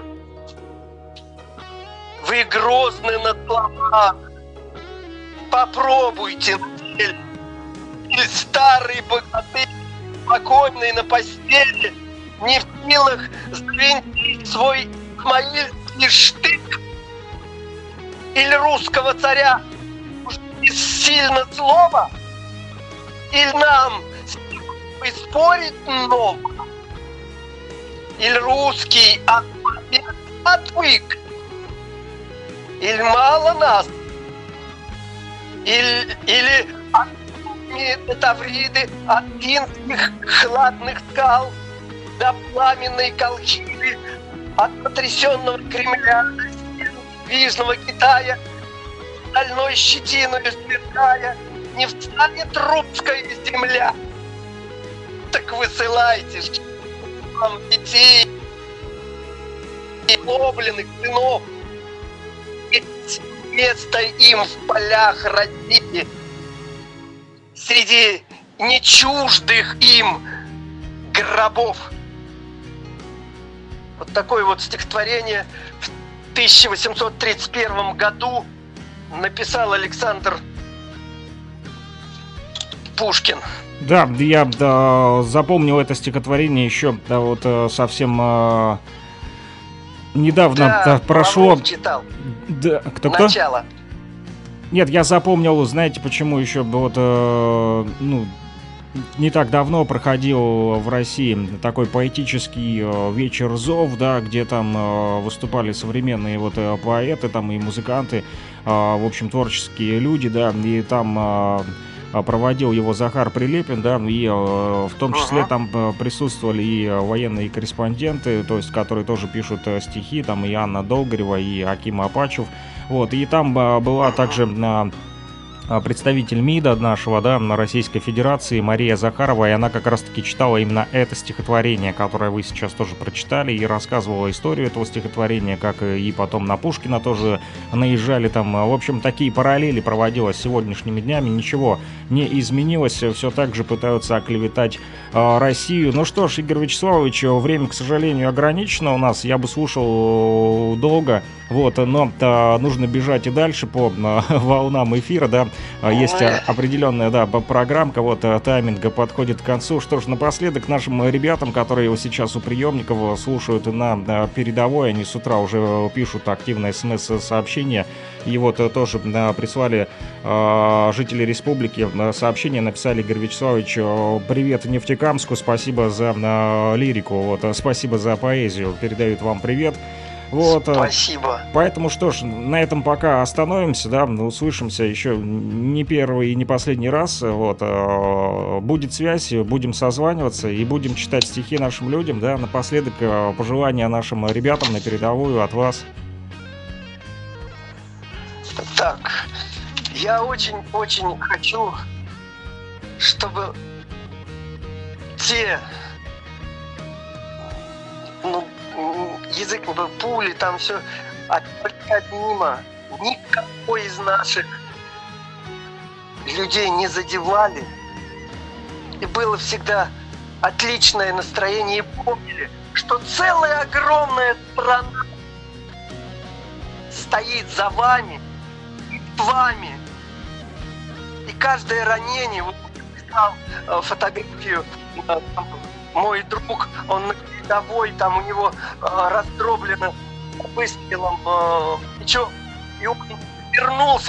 Вы грозны на словах, попробуйте на деле. И старый богатырь, спокойный на постели, не в силах сдвинуть свой измаильский штык. Или русского царя бессильно слово, или нам спорить ново, или русский отвык, или мало нас или Тавриды от финских хладных скал до пламенной Колхиды, от потрясенного Кремля до стен Южного Китая, стальной щетиною сверкая, не встанет русская земля. Так высылайте ж вам детей и облиных сынов, ведь место им в полях родили, среди нечуждых им гробов. Вот такое вот стихотворение в 1831 году написал Александр Пушкин. Да, я запомнил это стихотворение еще совсем недавно прошло. Лавров читал. Да, кто? Начало. Нет, я запомнил, знаете, почему еще не так давно проходил в России такой поэтический вечер зов, да, где там выступали современные поэты, там и музыканты, в общем, творческие люди, да, и там проводил его Захар Прилепин, да, и в том числе там присутствовали и военные корреспонденты, то есть, которые тоже пишут стихи, там и Анна Долгорева, и Аким Апачев, вот, и там была также представитель МИДа нашего, да, Российской Федерации, Мария Захарова, и она как раз-таки читала именно это стихотворение, которое вы сейчас тоже прочитали, и рассказывала историю этого стихотворения, как и потом на Пушкина тоже наезжали там. В общем, такие параллели проводилось с сегодняшними днями, ничего не изменилось, все так же пытаются оклеветать Россию. Ну что ж, Игорь Вячеславович, время, к сожалению, ограничено у нас, я бы слушал долго, вот, но нужно бежать и дальше по волнам эфира, да. Есть определенная, да, программка, тайминга подходит к концу. Что ж, напоследок нашим ребятам, которые сейчас у приемников слушают на передовой, они с утра уже пишут активно смс-сообщения. И тоже прислали жители республики сообщение, написали: Игорь Вячеславович, привет Нефтекамску, спасибо за лирику, спасибо за поэзию, передают вам привет. Спасибо. Поэтому что ж, на этом пока остановимся, да, услышимся еще не первый и не последний раз. Будет связь, будем созваниваться и будем читать стихи нашим людям, да. Напоследок пожелания нашим ребятам на передовую от вас. Так, я очень хочу, чтобы те, язык пули, там все от мимо. Никакой из наших людей не задевали. И было всегда отличное настроение. И помнили, что целая огромная страна стоит за вами и с вами. И каждое ранение, писал фотографию, мой друг, он на передовой, там у него раздроблено выстрелом плечо, и он вернулся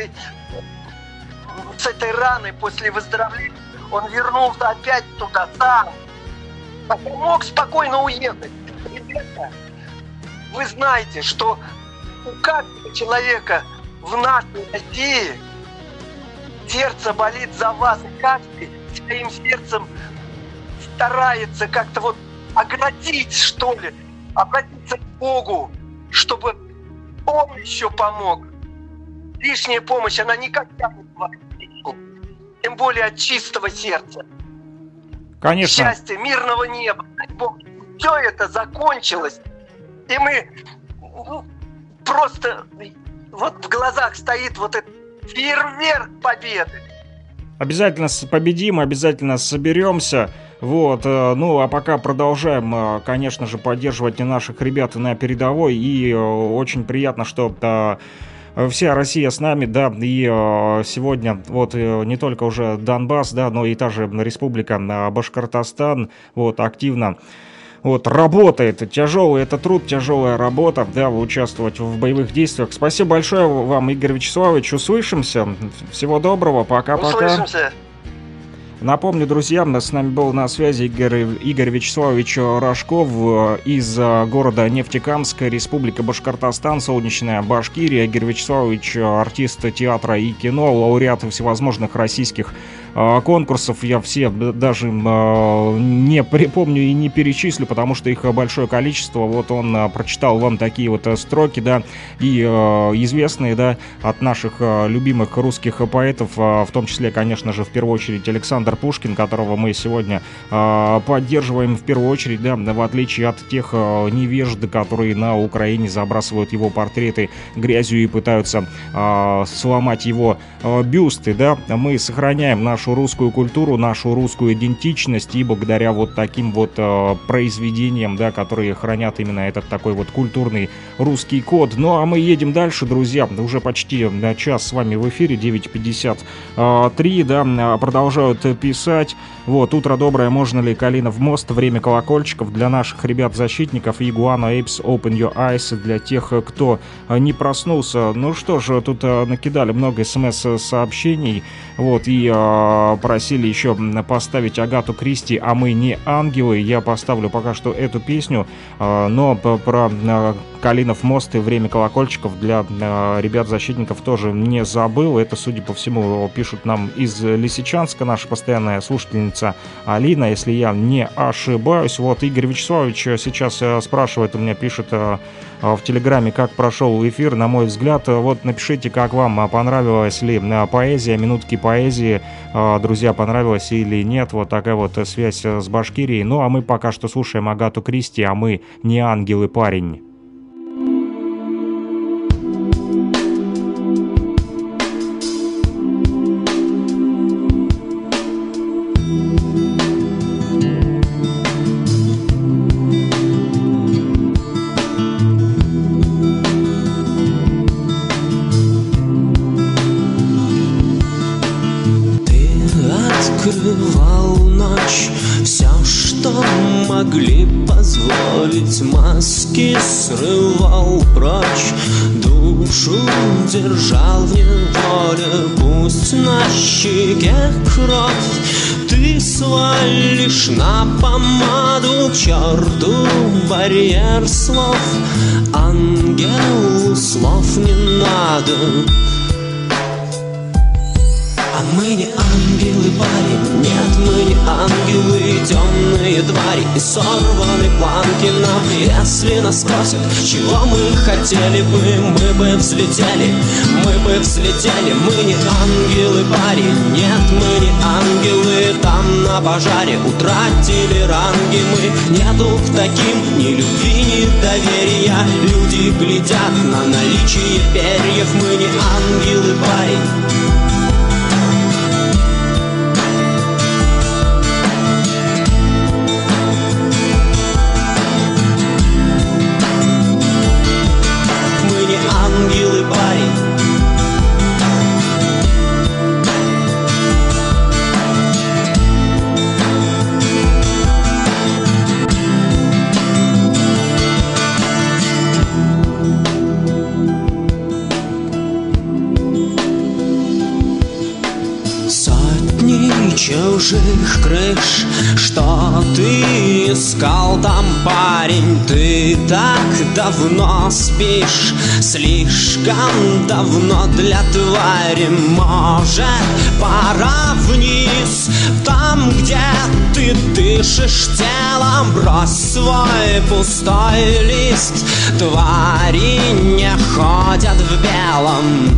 с этой раной после выздоровления, он вернулся опять туда сам, мог спокойно уехать. Ребята, вы знаете, что у каждого человека в нашей России сердце болит за вас, и каждый своим сердцем старается как-то оградить, что ли, обратиться к Богу, чтобы Он еще помог. Лишняя помощь, она никогда не бывает лишней, тем более от чистого сердца. Конечно. Счастья, мирного неба, дай Бог, все это закончилось, и мы просто в глазах стоит этот фейерверк победы. Обязательно победим, обязательно соберемся. А пока продолжаем, конечно же, поддерживать наших ребят на передовой. И очень приятно, что вся Россия с нами, да, и сегодня не только уже Донбасс, да, но и та же республика Башкортостан активно работает. Тяжелый это труд, тяжелая работа, да, участвовать в боевых действиях. Спасибо большое вам, Игорь Вячеславович. Услышимся. Всего доброго. Пока-пока. Услышимся. Напомню, друзья, с нами был на связи Игорь Вячеславович Рожков из города Нефтекамска, Республика Башкортостан, солнечная Башкирия. Игорь Вячеславович — артист театра и кино, лауреат всевозможных российских конкурсов. Я все даже не припомню и не перечислю, потому что их большое количество. Вот он прочитал вам такие вот строки, да, и известные, да, от наших любимых русских поэтов, в том числе, конечно же, в первую очередь Александр Пушкин, которого мы сегодня поддерживаем в первую очередь, да, в отличие от тех невежд, которые на Украине забрасывают его портреты грязью и пытаются сломать его бюсты, да. Мы сохраняем нашу русскую культуру, нашу русскую идентичность, и благодаря вот таким вот произведениям, да, которые хранят именно этот такой вот культурный русский код. Ну а мы едем дальше, друзья, уже почти час с вами в эфире, 9:53, да, продолжают писать. Вот, утро доброе, можно ли Калинов мост, время колокольчиков для наших ребят-защитников, Iguana Apes, Open Your Eyes, для тех, кто не проснулся. Ну что ж, тут накидали много смс-сообщений, вот, и просили еще поставить Агату Кристи «А мы не ангелы». Я поставлю пока что эту песню, но про Калинов мост и время колокольчиков для ребят-защитников тоже не забыл. Это, судя по всему, пишут нам из Лисичанска наша постоянная слушательница Алина, если я не ошибаюсь. Вот Игорь Вячеславович сейчас спрашивает, у меня пишет в Телеграме, как прошел эфир. На мой взгляд, вот напишите, как вам, понравилась ли поэзия, минутки поэзии, друзья, понравилось или нет. Вот такая вот связь с Башкирией. Ну а мы пока что слушаем Агату Кристи «А мы не ангелы, парень». Открывал ночь, все, что могли позволить, маски срывал прочь, душу держал в неволе, пусть на щеке кровь. Ты свалишь на помаду к черту барьер слов, ангелу слов не надо. А мы не ангелы, парень, нет, мы не ангелы, темные твари и сорваны планки нам. Если нас спросят, чего мы хотели бы, мы бы взлетели, мы не ангелы, парень, нет, мы не ангелы, там на пожаре утратили ранги мы. Нету к таким ни любви, ни доверия, люди глядят на наличие перьев, мы не ангелы, парень. Ангелы, парень. Сотни чужих крыш, что ты искал там, парень? Ты так давно спишь, слишком давно для твари. Может, пора вниз, там, где ты дышишь телом, брось свой пустой лист. Твари не ходят в белом.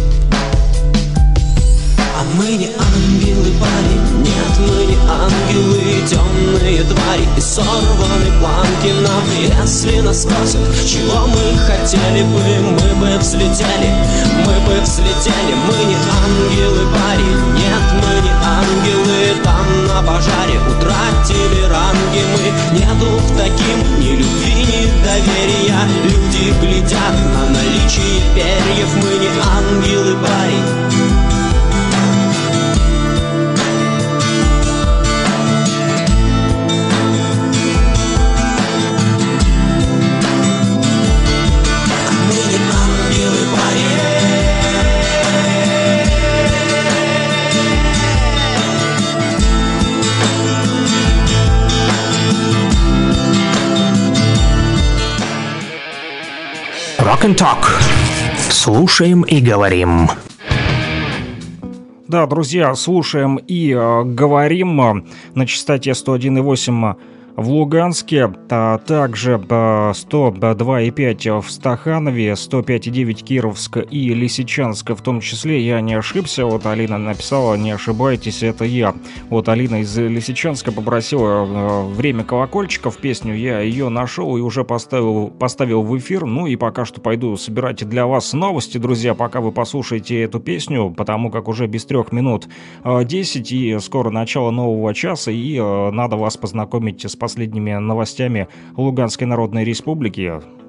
А мы не ангелы, парень, нет, мы не ангелы, темные твари и сорваны планки нам. Если нас спросят, чего мы хотели бы, мы бы взлетели, мы не ангелы, парень, нет, мы не ангелы, там на пожаре утратили ранги мы. Нету к таким ни любви, ни доверия, люди глядят на наличие перьев, мы не ангелы, парень. Rock and Talk. Слушаем и говорим. Да, друзья, слушаем и говорим на частоте 101,8 в Луганске, а также 102,5 в Стаханове, 105,9 Кировск и Лисичанск в том числе. Я не ошибся, вот Алина написала, не ошибайтесь, это я. Вот Алина из Лисичанска попросила «Время колокольчиков» песню, я ее нашел и уже поставил в эфир. Ну и пока что пойду собирать для вас новости, друзья, пока вы послушаете эту песню, потому как уже без 3 минут 10 и скоро начало нового часа, и надо вас познакомить с последними новостями Луганской Народной Республики.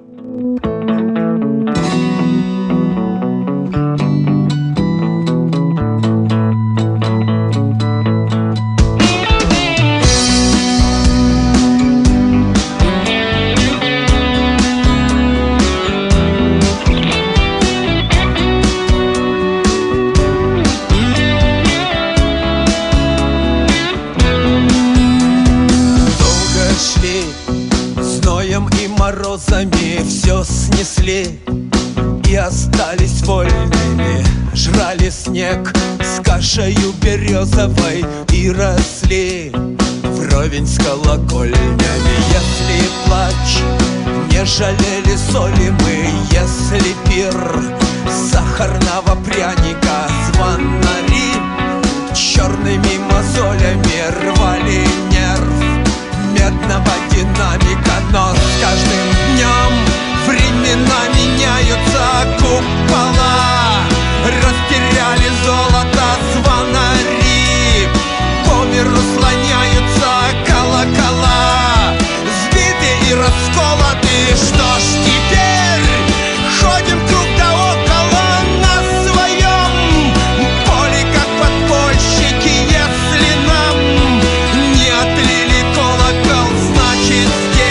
Все снесли и остались вольными. Жрали снег с кашею березовой и росли вровень с колокольнями. Если плач не жалели соли мы, если пир сахарного пряника звонари черными мозолями рвали нерв медного динамика. Но с каждым днем времена меняются, купола растеряли золото звонари, по миру слоняются колокола, сбиты и расколоты. Что ж теперь ходим круг да около на своем поле, как подпольщики. Если нам не отлили колокол, значит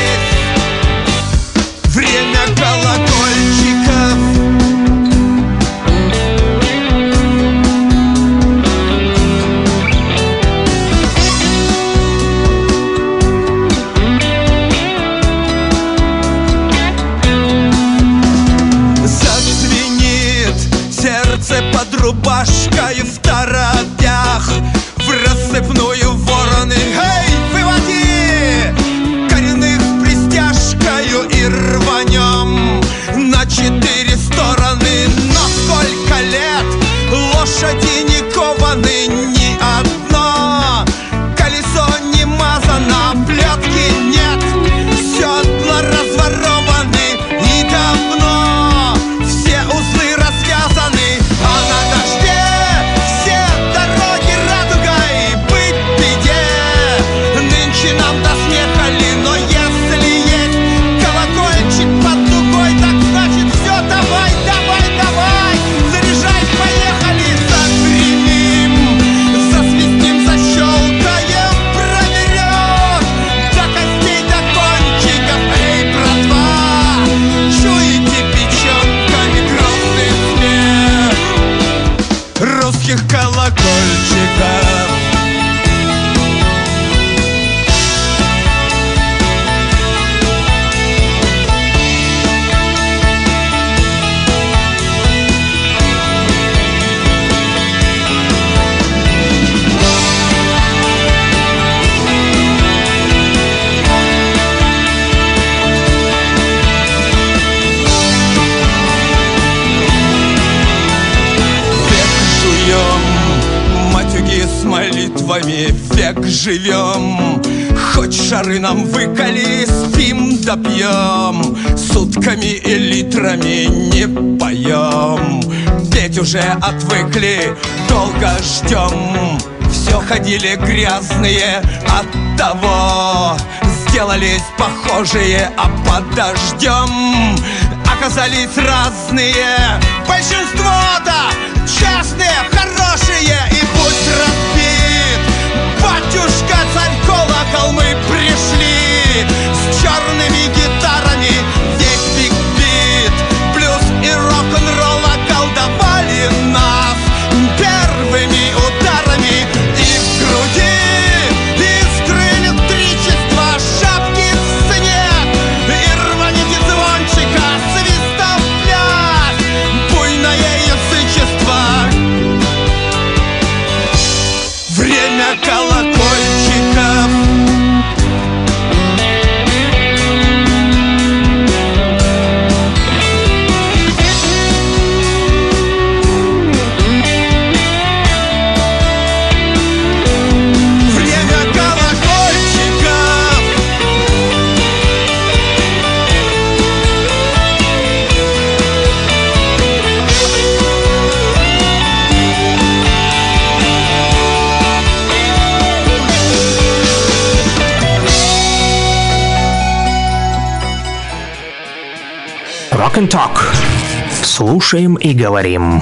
здесь время колокольчиков. Зазвенит сердце под рубашкой в торопях, в рассыпную вороны. Эй, выводи коренных пристяжкою и рванем на 4 стороны. Но сколько лет лошади не кованы, ни одно колесо не мазано, плетки нет, седла разворованы и давно все узлы развязаны. А на дожде все дороги радугой, быть беде нынче нам до смеха ли. Но если есть колокольчик под дугой, так значит все, давай, давай, давай, заряжай, поехали. Загремим, засвистим, защелкаем, проверем до костей, до кончиков. Эй, братва, чуете печенками грустный смех русских колокольчиков? Матюги с молитвами век живем, хоть шары нам выколи, спим да пьем, сутками и литрами не поем. Петь уже отвыкли, долго ждем, все ходили грязные от того, сделались похожие, а под дождем оказались разные. Большинство-то честные, хорошие, и пусть разбит батюшка царь колокол. Мы пришли с черными гитарами, весь биг-бит, блюз и рок-н-ролл околдовали нас первыми ударами. И в груди искры электричества, шапки в снег, и рваните звончика свистом Rock and Talk. Слушаем и говорим.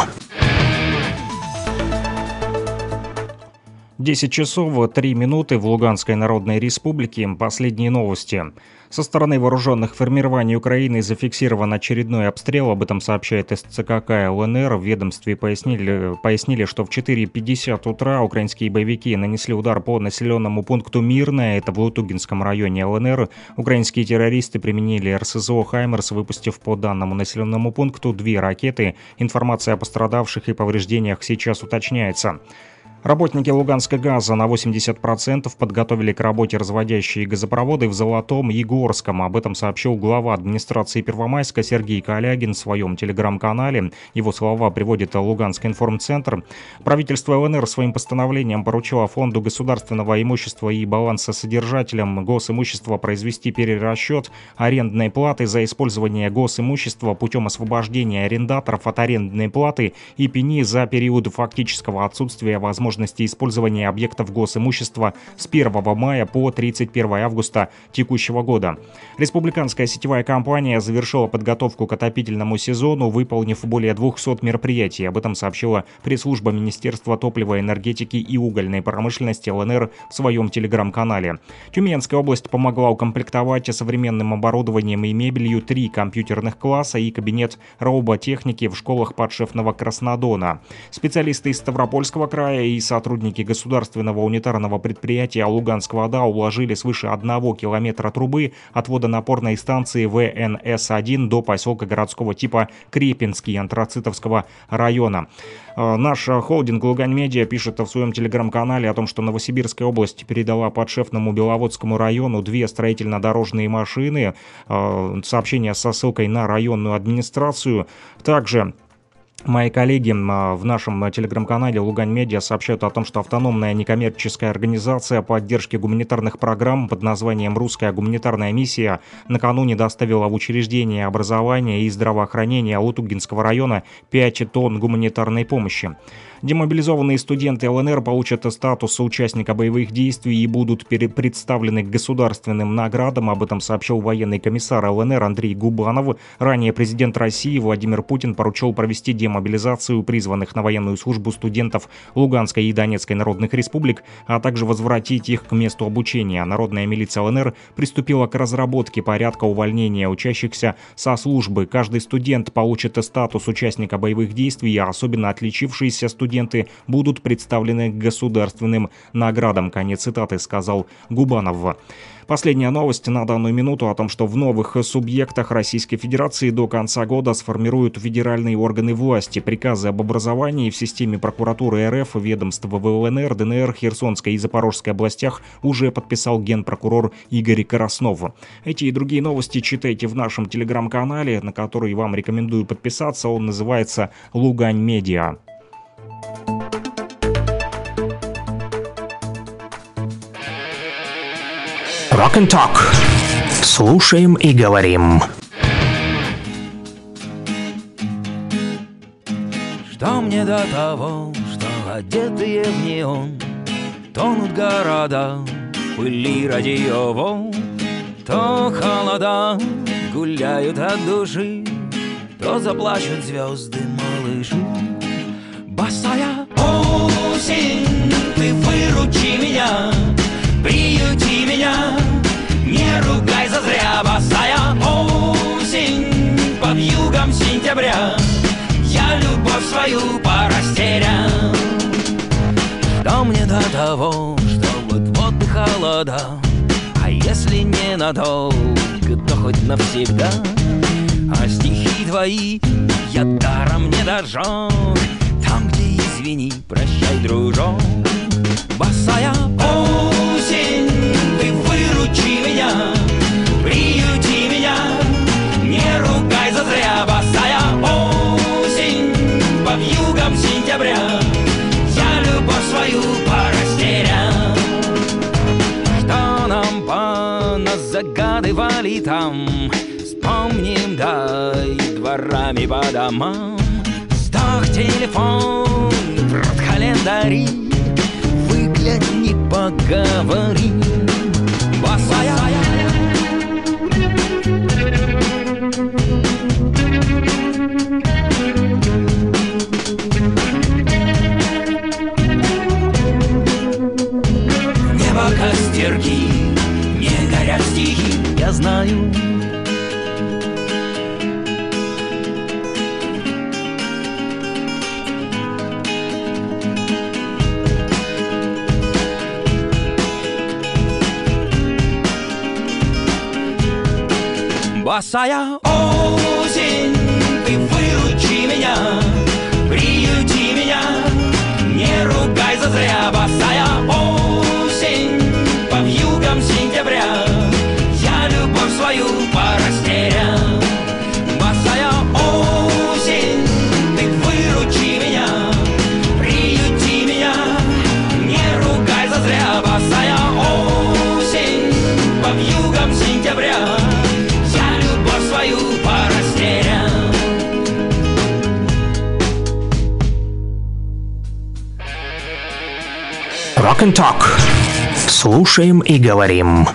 10 часов 3 минуты в Луганской Народной Республике. Последние новости. Со стороны вооруженных формирований Украины зафиксирован очередной обстрел. Об этом сообщает СЦКК ЛНР. В ведомстве пояснили, что в 4:50 утра украинские боевики нанесли удар по населенному пункту Мирное. Это в Лутугинском районе ЛНР. Украинские террористы применили РСЗО «Хаймерс», выпустив по данному населенному пункту 2 ракеты. Информация о пострадавших и повреждениях сейчас уточняется. Работники Луганскогаза на 80% подготовили к работе разводящие газопроводы в Золотом и Горском. Об этом сообщил глава администрации Первомайска Сергей Калягин в своем телеграм-канале. Его слова приводит Луганский информцентр. Правительство ЛНР своим постановлением поручило Фонду государственного имущества и балансосодержателям госимущества произвести перерасчет арендной платы за использование госимущества путем освобождения арендаторов от арендной платы и пени за период фактического отсутствия возможности использования объектов госимущества с 1 мая по 31 августа текущего года. Республиканская сетевая компания завершила подготовку к отопительному сезону, выполнив более 200 мероприятий. Об этом сообщила пресс-служба Министерства топлива, энергетики и угольной промышленности ЛНР в своем телеграм-канале. Тюменская область помогла укомплектовать современным оборудованием и мебелью 3 компьютерных класса и кабинет роботехники в школах подшефного Краснодона. Специалисты из Ставропольского края и сотрудники государственного унитарного предприятия Луганская вода уложили свыше 1 километра трубы от водонапорной станции ВНС-1 до поселка городского типа Крепинский Антрацитовского района. Наш холдинг «Лугань Медиа» пишет в своем телеграм-канале о том, что Новосибирская область передала подшефному Беловодскому району 2 строительно-дорожные машины. Сообщение со ссылкой на районную администрацию. Также мои коллеги в нашем телеграм-канале «Лугань Медиа» сообщают о том, что автономная некоммерческая организация поддержки гуманитарных программ под названием «Русская гуманитарная миссия» накануне доставила в учреждение образования и здравоохранения Лутугинского района 5 тонн гуманитарной помощи. Демобилизованные студенты ЛНР получат статус участника боевых действий и будут представлены к государственным наградам. Об этом сообщил военный комиссар ЛНР Андрей Губанов. Ранее президент России Владимир Путин поручил провести демобилизацию призванных на военную службу студентов Луганской и Донецкой народных республик, а также возвратить их к месту обучения. Народная милиция ЛНР приступила к разработке порядка увольнения учащихся со службы. Каждый студент получит статус участника боевых действий, а особенно отличившиеся студенты будут представлены к государственным наградам. Конец цитаты, сказал Губанов. Последняя новость на данную минуту о том, что в новых субъектах Российской Федерации до конца года сформируют федеральные органы власти. Приказы об образовании в системе прокуратуры РФ, ведомств в ЛНР, ДНР, Херсонской и Запорожской областях уже подписал генпрокурор Игорь Краснов. Эти и другие новости читайте в нашем телеграм-канале, на который вам рекомендую подписаться. Он называется «Лугань Медиа». Rock and Talk. Слушаем и говорим. Что мне до того, что одетые в неон тонут города в пыли радиоволн, то холода гуляют от души, то заплачут звезды малыши. Босая осень, ты выручи меня, приюти меня, не ругай зазря. Босая осень, под югом сентября, я любовь свою порастерял. Что мне до того, что вот-вот и холода, а если не надолго, то хоть навсегда. А стихи твои я даром не дожег, там, где извини, прощай, дружок. Босая осень, ты выручи меня, приюти меня, не ругай зазря. Босая осень, под югом сентября, я любовь свою порастерял. Что нам поназагадывали там, вспомним, дай дворами по домам. Сдох телефон, календари, выгляни, поговори. Босая Небо костерки, не горят стихи, я знаю. Босая осень, ты выручи меня, приюти меня, не ругай зазря. Босая осень, по вьюгам сентября, я любовь свою порастеря. Босая осень, ты выручи меня, приюти меня, не ругай зазря. Босая осень, по вьюгам сентября, свою порастеря. Rock and Talk. Слушаем и говорим.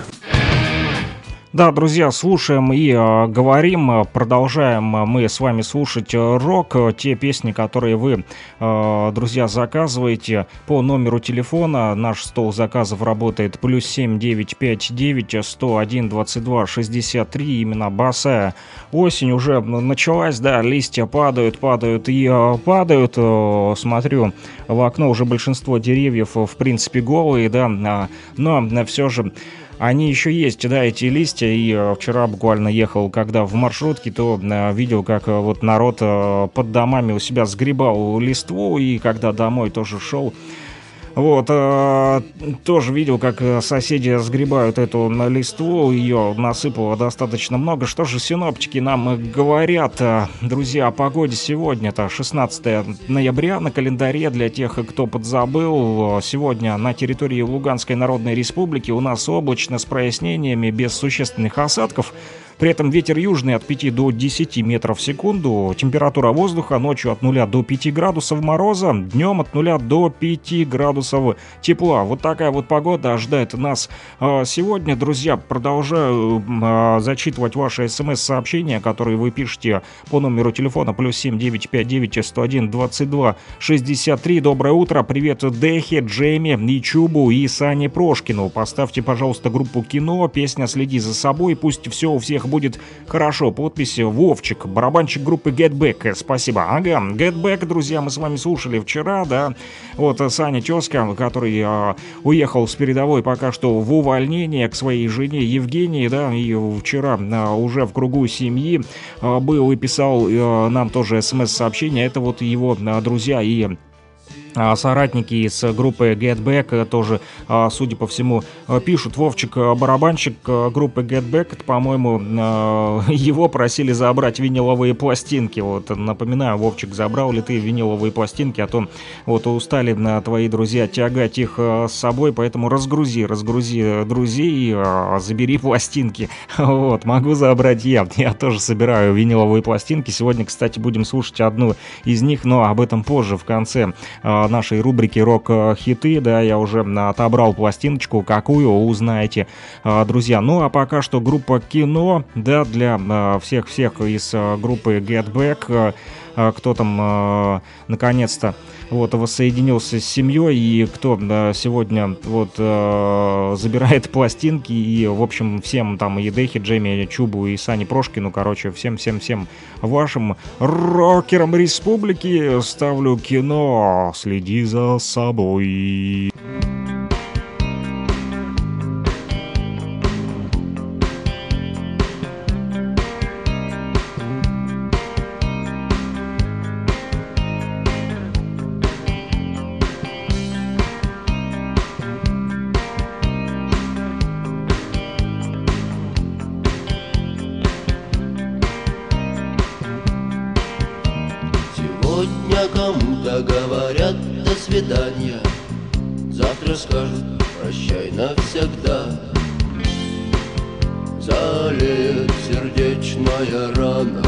Да, друзья, слушаем и говорим, продолжаем мы с вами слушать рок, те песни, которые вы, друзья, заказываете по номеру телефона. Наш стол заказов работает +7 959 101 22 63. Именно босая осень уже началась, да, листья падают и падают. Смотрю, в окно уже большинство деревьев, в принципе, голые, да, но все же они еще есть, да, эти листья. И вчера буквально ехал, когда в маршрутке, то видел, как вот народ под домами у себя сгребал листву. И когда домой тоже шел, вот, тоже видел, как соседи сгребают эту листву, ее насыпало достаточно много. Что же синоптики нам говорят, друзья, о погоде сегодня? Это 16 ноября на календаре, для тех, кто подзабыл. Сегодня на территории Луганской Народной Республики у нас облачно с прояснениями, без существенных осадков. При этом ветер южный от 5 до 10 метров в секунду. Температура воздуха ночью от 0 до 5 градусов мороза, днем от 0 до 5 градусов тепла. Вот такая вот погода ожидает нас сегодня. Друзья, продолжаю зачитывать ваши смс-сообщения, которые вы пишете по номеру телефона +7 959 101 22 63. Доброе утро, привет Дехе, Джейми, и Чубу и Сане Прошкину. Поставьте, пожалуйста, группу «Кино», песня «Следи за собой», пусть все у всех будет хорошо. Подпись Вовчик, барабанщик группы Get Back. Спасибо. Ага, Get Back, друзья, мы с вами слушали вчера, да. Вот Саня Тезка, который уехал с передовой пока что в увольнение к своей жене Евгении, да, и вчера уже в кругу семьи был и писал нам тоже смс-сообщение. Это вот его друзья и соратники из группы Get Back тоже, судя по всему, пишут. Вовчик, барабанщик группы Get Back, это, по-моему, его просили забрать виниловые пластинки. Вот, напоминаю, Вовчик, забрал ли ты виниловые пластинки, а то вот устали твои друзья тягать их с собой, поэтому разгрузи друзей, забери пластинки. Вот, могу забрать я тоже собираю виниловые пластинки. Сегодня, кстати, будем слушать одну из них, но об этом позже, в конце нашей рубрики «Рок-хиты». Да, я уже отобрал пластиночку, какую, узнаете, друзья. Ну, а пока что группа «Кино», да, для всех из группы Get Back, кто там наконец-то вот воссоединился с семьей, и кто сегодня вот забирает пластинки, и, в общем, всем там и Дехе, Джейми, Чубу и Сане Прошкину, короче, всем вашим рокерам республики ставлю «Кино». Следи за собой. Кому-то говорят до свидания, завтра скажут прощай навсегда. Залеет сердечная рана.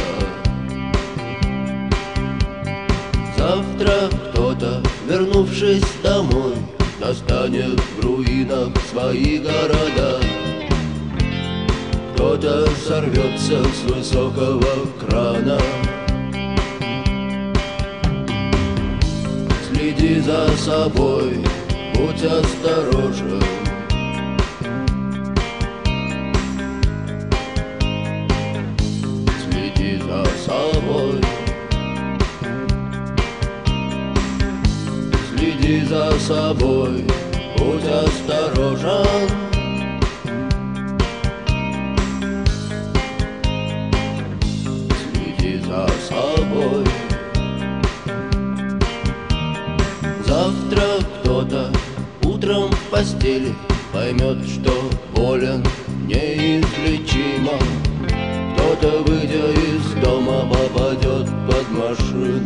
Завтра кто-то, вернувшись домой, достанет в руинах свои города. Кто-то сорвется с высокого крана. Следи за собой, будь осторожен. Следи за собой. Следи за собой, будь осторожен. Следи за собой. Завтра кто-то утром в постели поймет, что болен неизлечимо. Кто-то, выйдя из дома, попадет под машину.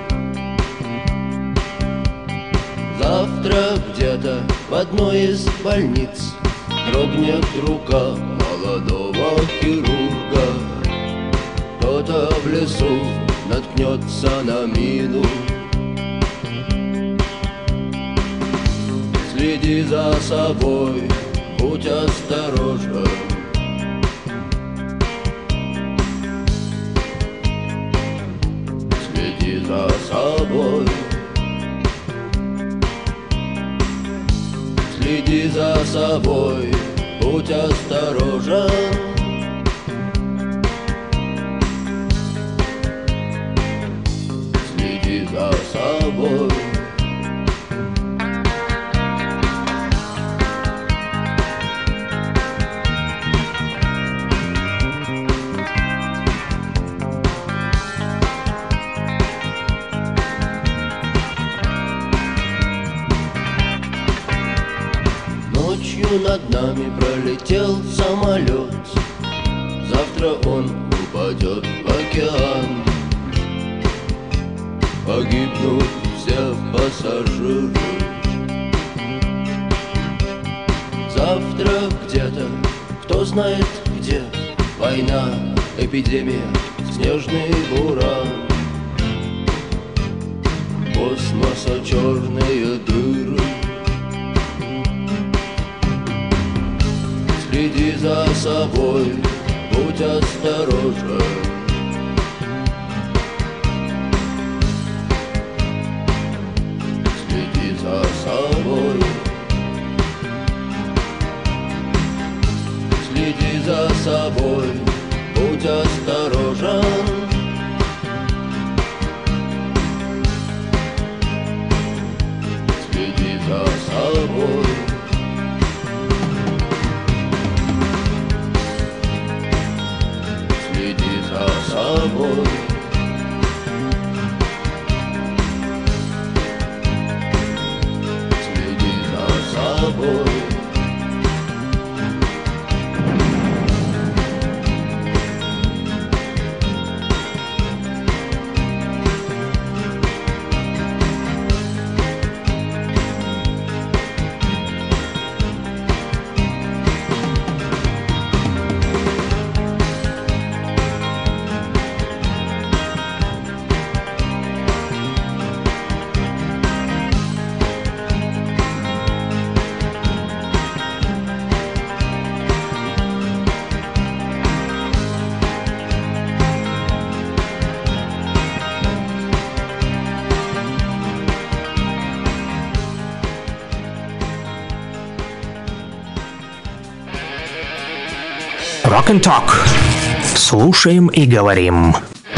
Завтра где-то в одной из больниц дрогнет рука молодого хирурга. Кто-то в лесу наткнется на мину. Следи за собой, будь осторожен. Следи за собой. Следи за собой, будь осторожен. Следи за собой. Над нами пролетел самолет. Завтра он упадет в океан. Погибнут все пассажиры. Завтра где-то, кто знает где, война, эпидемия, снежный буран. Космоса черные дыры. Следи за собой, будь осторожен. Следи за собой. Следи за собой, будь осторожен. Следи за собой. Следи за собой. Следи за собой. Rock and Talk. Слушаем и говорим.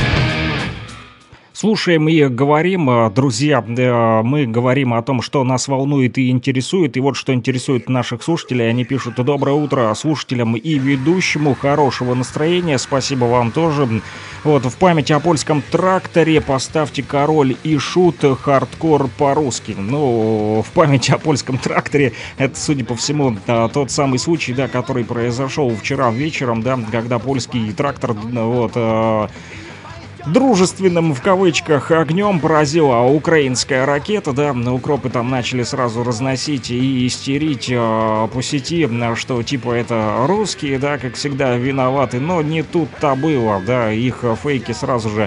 Слушаем и говорим, друзья, мы говорим о том, что нас волнует и интересует, и вот что интересует наших слушателей, они пишут: доброе утро слушателям и ведущему, хорошего настроения, спасибо вам тоже. Вот, в память о польском тракторе поставьте Король и Шут, хардкор по-русски. Ну, в память о польском тракторе, это, судя по всему, тот самый случай, да, который произошел вчера вечером, да, когда польский трактор, вот, дружественным в кавычках огнем поразила украинская ракета, да, укропы там начали сразу разносить и истерить по сети, что типа это русские, да, как всегда виноваты, но не тут-то было, да, их фейки сразу же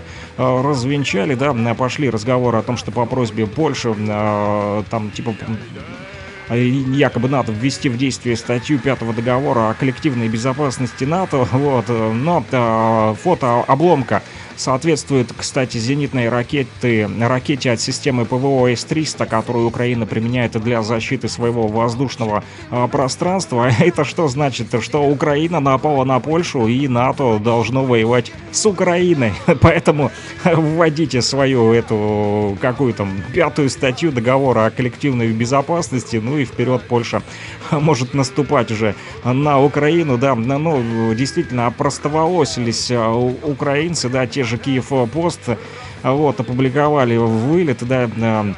развенчали, да, пошли разговоры о том, что по просьбе Польши там типа якобы надо ввести в действие статью 5 договора о коллективной безопасности НАТО, вот, но фото обломка соответствует, кстати, зенитной ракете от системы ПВО С-300, которую Украина применяет для защиты своего воздушного пространства. Это что значит? Что Украина напала на Польшу, и НАТО должно воевать с Украиной. Поэтому вводите свою эту, какую там, 5 статью договора о коллективной безопасности, ну и вперед Польша может наступать уже на Украину, да, ну, действительно, опростоволосились украинцы, да, те же Киев-Пост, вот, опубликовали вылет, да,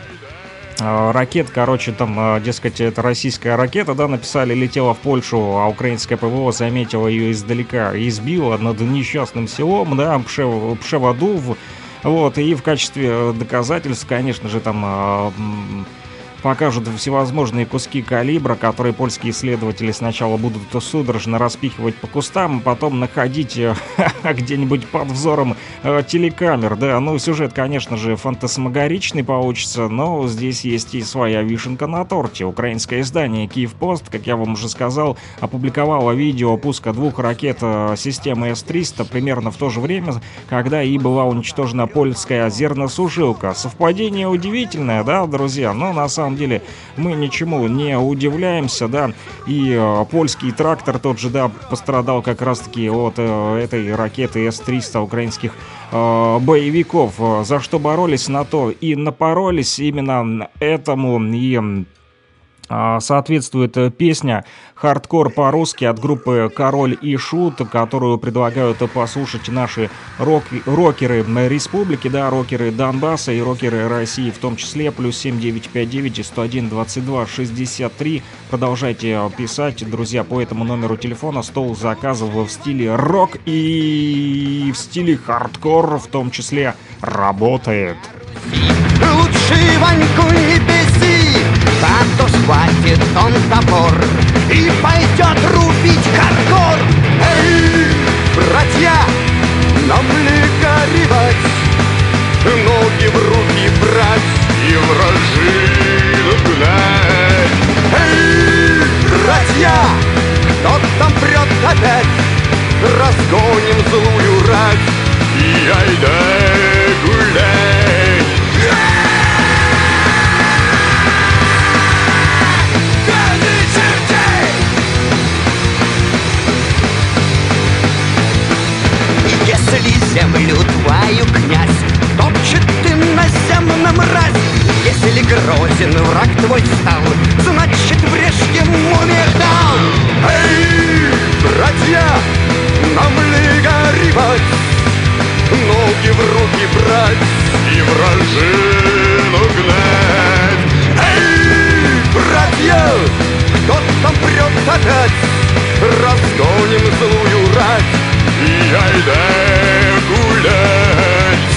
ракет, короче, там, дескать, это российская ракета, да, написали, летела в Польшу, а украинское ПВО заметило ее издалека и сбило над несчастным селом, да, Пшеводув, вот, и в качестве доказательств, конечно же, там покажут всевозможные куски калибра, которые польские исследователи сначала будут судорожно распихивать по кустам, а потом находить где-нибудь под взором телекамер. Да, ну, сюжет, конечно же, фантасмагоричный получится, но здесь есть и своя вишенка на торте. Украинское издание «Киев-Пост», как я вам уже сказал, опубликовало видео пуска 2 ракет системы С-300 примерно в то же время, когда и была уничтожена польская зерносушилка. Совпадение удивительное, да, друзья? Но на самом деле мы ничему не удивляемся, да, и польский трактор тот же, да, пострадал как раз-таки от этой ракеты С-300 украинских боевиков. За что боролись, на то и напоролись, именно этому и соответствует песня «Хардкор по-русски» от группы «Король и Шут», которую предлагают послушать наши рокеры республики, да, рокеры Донбасса и рокеры России в том числе. Плюс 7959 101 22 63. Продолжайте писать, друзья, по этому номеру телефона. Стол заказов в стиле рок и в стиле хардкор в том числе работает. Лучше Ваньку не беси, а то схватит он топор и пойдет рубить хардкор. Эй, братья, нам ли горевать, ноги в руки брать и вражину гнать? Эй, братья, кто там прет опять, разгоним злую рать и айда гулять. Если землю твою князь топчет ты на земном мразь, если грозен враг твой стал, значит врежь ему металл. Эй, братья, нам ли горевать, ноги в руки брать и вражину гнать? Эй, братья, кто там прет опять, разгоним злую рать и айда гулять.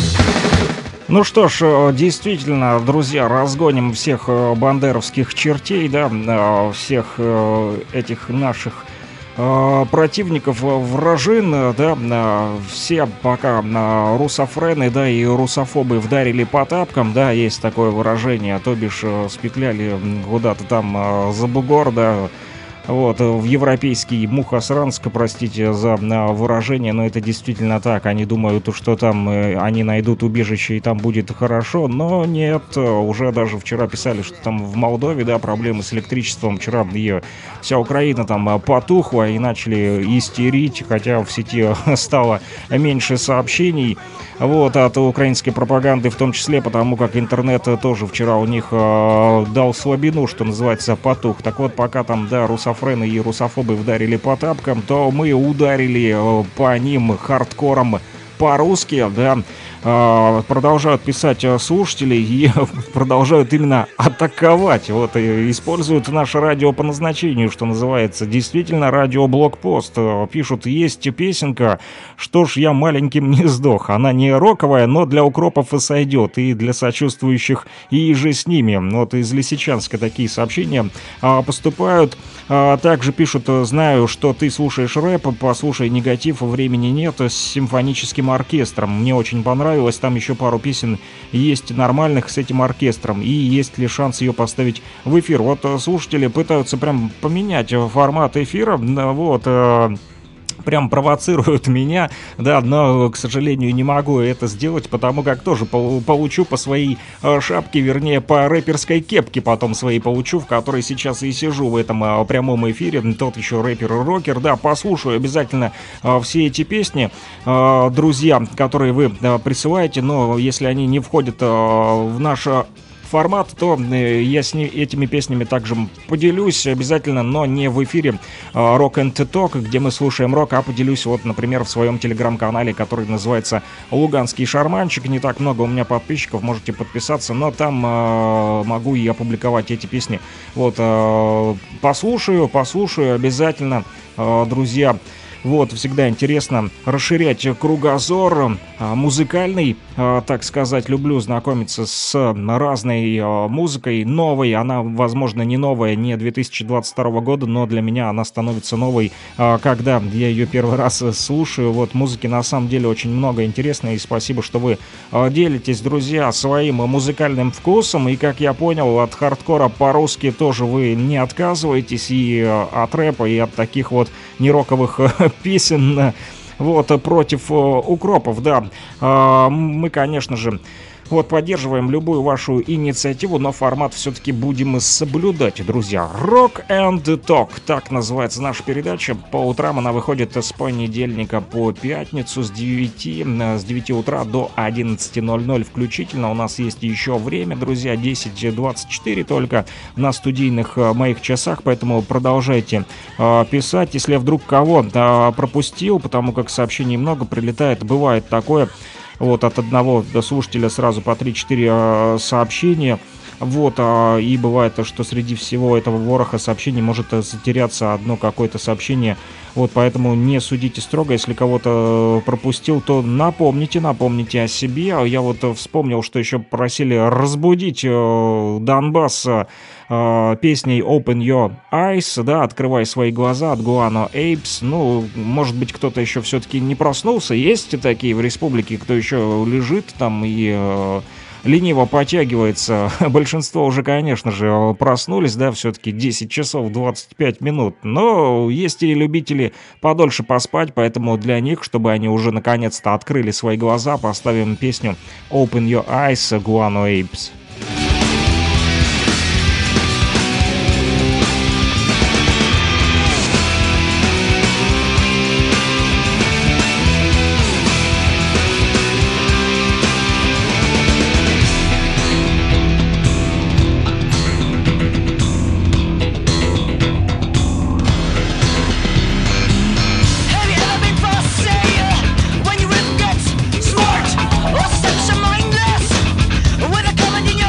Ну что ж, действительно, друзья, разгоним всех бандеровских чертей, да, всех этих наших противников, вражин, да, все пока русофрены, да, и русофобы вдарили по тапкам, да, есть такое выражение, то бишь спетляли куда-то там за бугор, да, вот, в европейский Мухосранск, простите за выражение, но это действительно так. Они думают, что там они найдут убежище и там будет хорошо, но нет. Уже даже вчера писали, что там в Молдове, да, проблемы с электричеством. Вчера вся Украина там потухла и начали истерить, хотя в сети стало меньше сообщений, вот, от украинской пропаганды в том числе, потому как интернет тоже вчера у них дал слабину, что называется, потух. Так вот, пока там, да, русофрены и русофобы вдарили по тапкам, то мы ударили по ним хардкором по-русски, да. Продолжают писать слушатели и продолжают именно атаковать. Вот, используют наше радио по назначению, что называется. Действительно, радиоблокпост. Пишут, есть песенка «Что ж я маленьким не сдох». Она не роковая, но для укропов и сойдет, и для сочувствующих, и же с ними. Вот из Лисичанска такие сообщения поступают. Также пишут, знаю, что ты слушаешь рэп, послушай негатив, времени нет, с симфоническим оркестром. Мне очень понравилось. понравилось. Там еще пару песен есть нормальных с этим оркестром. И есть ли шанс ее поставить в эфир? Вот слушатели пытаются прям поменять формат эфира. Вот... прям провоцируют меня, да, но, к сожалению, не могу это сделать, потому как тоже получу по своей шапке, вернее, по рэперской кепке потом своей получу, в которой сейчас и сижу в этом прямом эфире. Тот еще рэпер и рокер, да, послушаю обязательно все эти песни, друзья, которые вы присылаете, но если они не входят в наш формат, то я с этими песнями также поделюсь обязательно, но не в эфире Rock and Talk, где мы слушаем рок, а поделюсь вот, например, в своем телеграм-канале, который называется «Луганский шарманчик». Не так много у меня подписчиков, можете подписаться, но там могу и опубликовать эти песни. Вот, послушаю обязательно, друзья. Вот, всегда интересно расширять кругозор музыкальный, так сказать. Люблю знакомиться с разной музыкой, новой. Она, возможно, не новая, не 2022 года, но для меня она становится новой, когда я ее первый раз слушаю. Вот, музыки на самом деле очень много интересной, и спасибо, что вы делитесь, друзья, своим музыкальным вкусом. И, как я понял, от хардкора по-русски тоже вы не отказываетесь, и от рэпа, и от таких вот нероковых песен, вот, против укропов, да. Мы, конечно же, вот, поддерживаем любую вашу инициативу, но формат все-таки будем соблюдать, друзья. Rock and Talk, так называется наша передача. По утрам она выходит с понедельника по пятницу с 9 утра до 11:00 включительно. У нас есть еще время, друзья, 10:24 только на студийных моих часах, поэтому продолжайте писать. Если я вдруг кого пропустил, потому как сообщений много прилетает, бывает такое. Вот, от одного слушателя сразу по 3-4 сообщения. Вот, и бывает, что среди всего этого вороха сообщений может затеряться одно какое-то сообщение. Вот, поэтому не судите строго. Если кого-то пропустил, то напомните о себе. Я вот вспомнил, что еще просили разбудить Донбасс песней Open Your Eyes, да, открывай свои глаза, от Guano Apes. Ну, может быть, кто-то еще все-таки не проснулся. Есть такие в республике, кто еще лежит там и лениво потягивается. Большинство уже, конечно же, проснулись, да, все-таки 10 часов 25 минут. Но есть и любители подольше поспать, поэтому для них, чтобы они уже наконец-то открыли свои глаза, поставим песню Open Your Eyes Guano Apes. When you get smart or such a mindless, with a comedy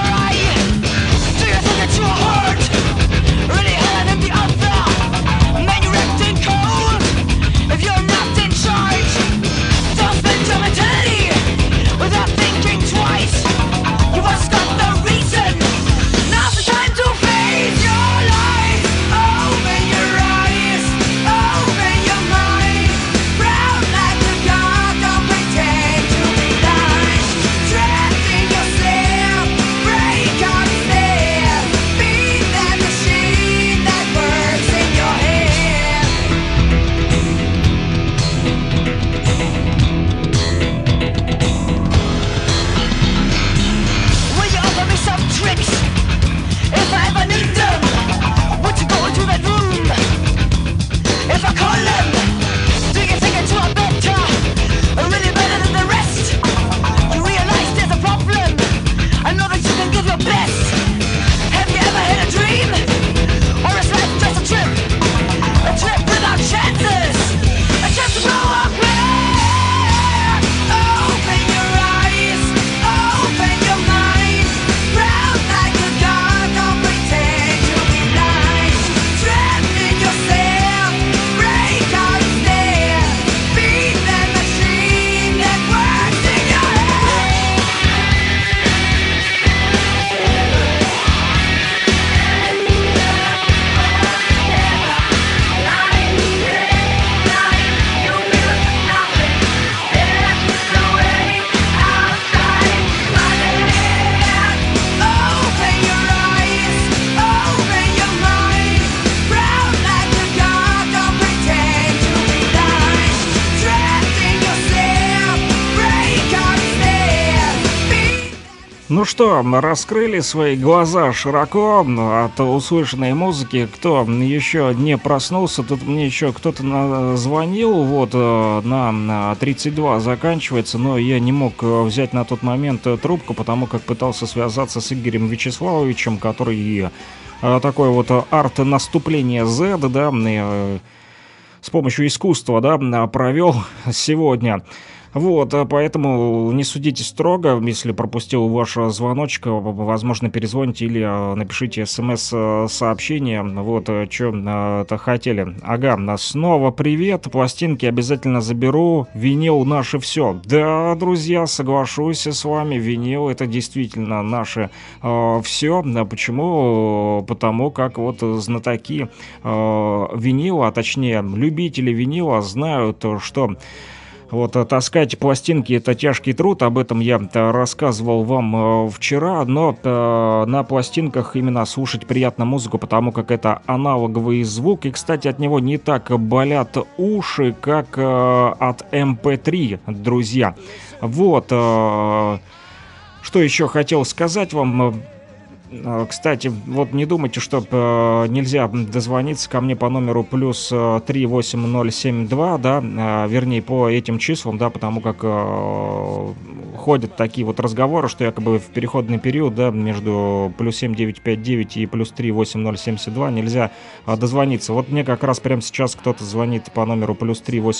Ну что, раскрыли свои глаза широко от услышанной музыки. Кто еще не проснулся, тут мне еще кто-то звонил, вот, на 32 заканчивается, но я не мог взять на тот момент трубку, потому как пытался связаться с Игорем Вячеславовичем, который такое вот арт-наступление Z, да, с помощью искусства, да, провел сегодня. Вот, поэтому не судите строго, если пропустил ваш звоночек, возможно, перезвоните или напишите смс-сообщение, вот, что-то хотели. Ага, снова привет, пластинки обязательно заберу, винил наше все. Да, друзья, соглашусь с вами, винил это действительно наше все. Почему? Потому как вот знатоки винила, а точнее любители винила знают, что... Вот, таскать пластинки — это тяжкий труд, об этом я рассказывал вам вчера, но на пластинках именно слушать приятно музыку, потому как это аналоговый звук, и, кстати, от него не так болят уши, как от MP3, друзья. Вот, что еще хотел сказать вам... Кстати, вот не думайте, что нельзя дозвониться ко мне по номеру плюс 38072, да, вернее, по этим числам, да, потому как ходят такие вот разговоры, что якобы в переходный период, да, между плюс 7959 и плюс 38072 нельзя дозвониться. Вот мне как раз прямо сейчас кто-то звонит по номеру плюс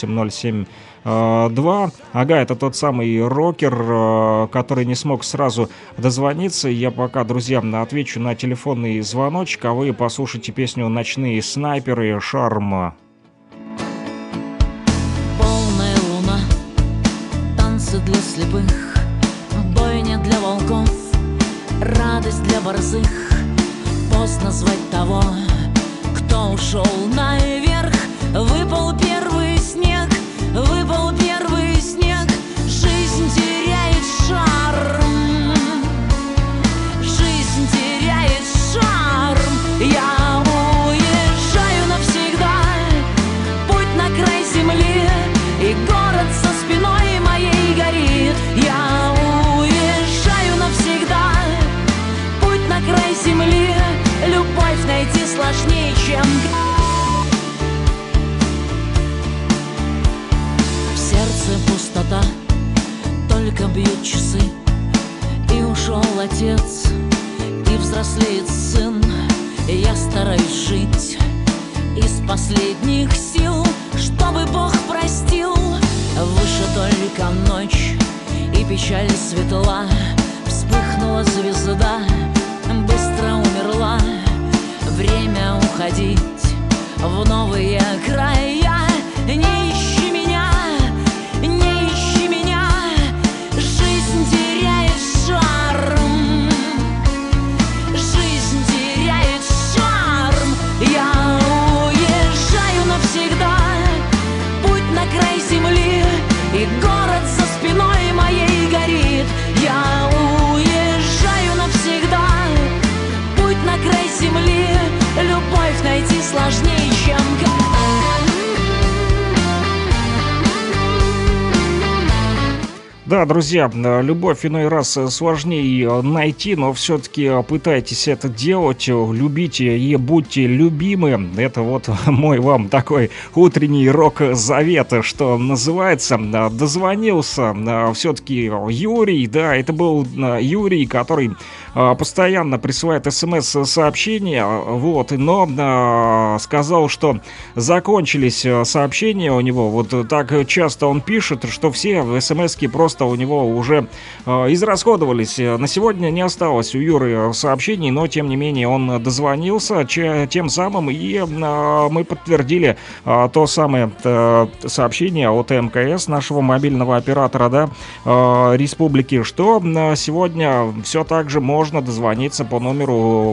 38072. Ага, это тот самый рокер, который не смог сразу дозвониться. Я пока, друзья, отвечу на телефонный звоночек, а вы послушайте песню «Ночные снайперы» «Шарма». Полная луна, танцы для слепых, бойня для волков, радость для борзых. Поздно звать того, кто ушел наверх. Выпал первый снег, выпал первый снег. Жизнь теряет шарм, жизнь теряет шарм. Я уезжаю навсегда, путь на край земли, и город со спиной моей горит. Я уезжаю навсегда, путь на край земли, любовь найти сложнее, чем... В сердце пустота, только бьют часы, и ушел отец, и взрослеет сын. И я стараюсь жить из последних сил, чтобы Бог простил. Выше только ночь, и печаль светла. Вспыхнула звезда, быстро умерла. Время уходить в новые края. Не ищи меня, не ищи меня. Жизнь теряет шарм, жизнь теряет шарм. Я уезжаю навсегда, путь на край земли, и город за спиной моей горит. Я уезжаю навсегда, путь на край земли, любовь найти сложнее, чем... Да, друзья, любовь иной раз сложнее найти, но все-таки пытайтесь это делать, любите и будьте любимы. Это вот мой вам такой утренний рок-завет, что называется. Дозвонился все-таки Юрий, да, это был Юрий, который постоянно присылает смс-сообщения, вот, но сказал, что закончились сообщения у него, вот так часто он пишет, что все смс-ки просто у него уже израсходовались. На сегодня не осталось у Юры сообщений, но тем не менее он дозвонился тем самым, и мы подтвердили то самое сообщение от МКС, нашего мобильного оператора, да, республики, что сегодня все так же можно дозвониться по номеру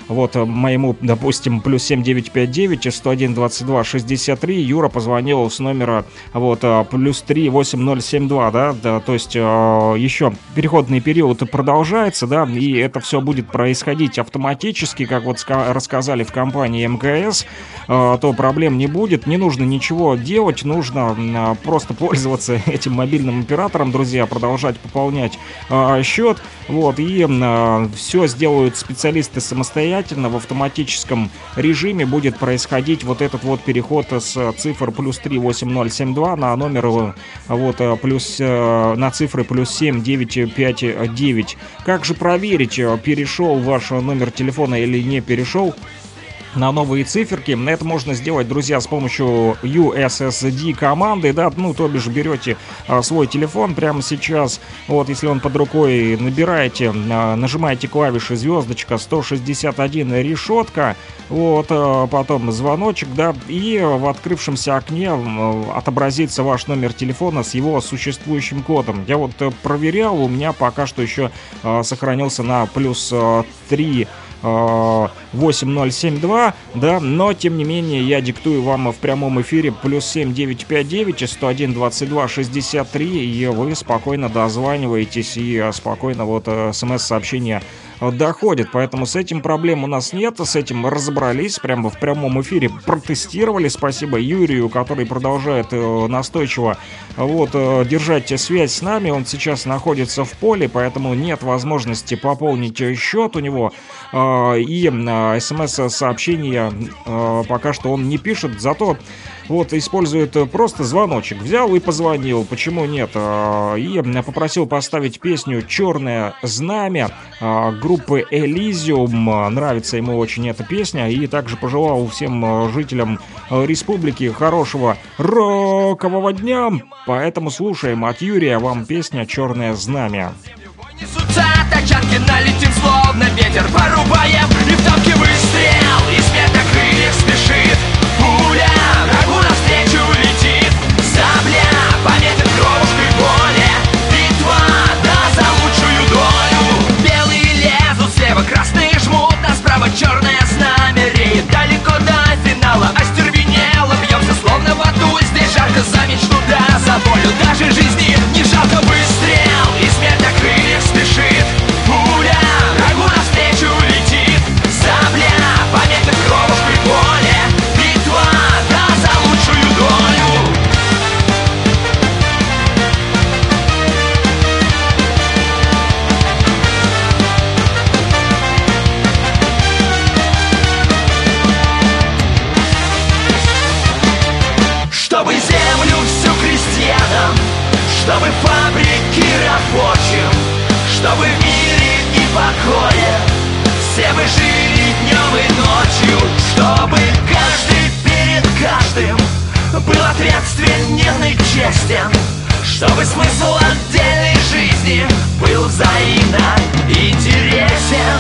вот моему, допустим, плюс 7959 101 22 63, Юра позвонил с номера вот плюс 3 8072, да, то есть еще переходный период продолжается, да, и это все будет происходить автоматически, как вот рассказали в компании МКС, то проблем не будет, не нужно ничего делать, нужно просто пользоваться этим мобильным оператором, друзья, продолжать пополнять счет, вот, и все сделают специалисты самостоятельно, в автоматическом режиме будет происходить вот этот вот переход с цифр плюс 3 8072 на номер вот плюс на цифры плюс 7959. Как же проверить, перешел ваш номер телефона или не перешел на новые циферки? Это можно сделать, друзья, с помощью USSD команды, да, ну, то бишь берете свой телефон прямо сейчас, вот, если он под рукой, набираете, нажимаете клавиши звездочка 161 решетка, вот, потом звоночек, да, и в открывшемся окне отобразится ваш номер телефона с его существующим кодом. Я вот проверял, у меня пока что еще сохранился на плюс 3 8072, да, но тем не менее я диктую вам в прямом эфире плюс 7959 101 22 63, и вы спокойно дозваниваетесь и спокойно вот смс-сообщения доходит, поэтому с этим проблем у нас нет, с этим разобрались, прямо в прямом эфире протестировали, спасибо Юрию, который продолжает настойчиво вот держать связь с нами, он сейчас находится в поле, поэтому нет возможности пополнить счет у него, и смс-сообщения пока что он не пишет, зато вот использует просто звоночек. Взял и позвонил, почему нет? И попросил поставить песню «Черное знамя» группы Elysium. Нравится ему очень эта песня. И также пожелал всем жителям республики хорошего рокового дня. Поэтому слушаем от Юрия вам песня «Черное знамя». Несутся тачанки, налетим словно ветер, порубаем, и в танке выстрел, и смерть на крыльях спешит. Пуля врагу навстречу летит, сабля пометит кровушкой боли, битва да за лучшую долю. Белые лезут слева, красные жмут, нас справа черное знамя реет. Далеко до финала остервенело бьемся словно в аду, здесь жарко за мечту да за волю. Даже жизни не жалко, выстрел, и смерть на крыльях спешит. Пуля врагу навстречу летит, сабля пометит кровушкой боли, битва да за лучшую долю. Чтобы землю всю крестьянам, чтобы фабрики рабочим, чтобы в мире и покое все мы жили днем и ночью, чтобы каждый перед каждым был ответственен и честен, чтобы смысл отдельной жизни был взаимно интересен.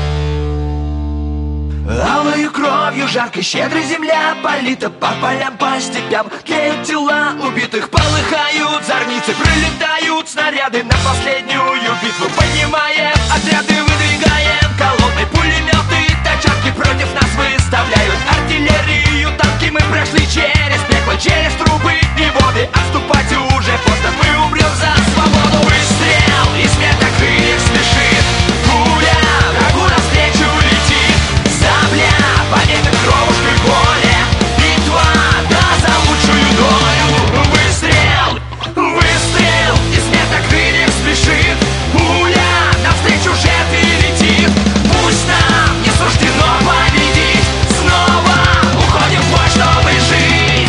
Алою кровью жаркой щедрой земля полита по полям, по степям. Тлеют тела убитых, полыхают зорницы, прилетают снаряды на последнюю битву. Поднимаем отряды, выдвигаем колонны, пулеметы, тачанки против нас выставляют артиллерию, танки. Мы прошли через пекло, через трубы и воды. Отступать уже поздно, мы умрем за свободу. Выстрел, и смерть на крыльях спешит. Пуля врагу навстречу летит, сабля пометит кровушкой боли, битва да за лучшую долю. Выстрел, выстрел, и смерть на крыльях спешит. Пуля навстречу жертве летит. Пусть нам не суждено победить, снова уходим в бой, чтобы жить.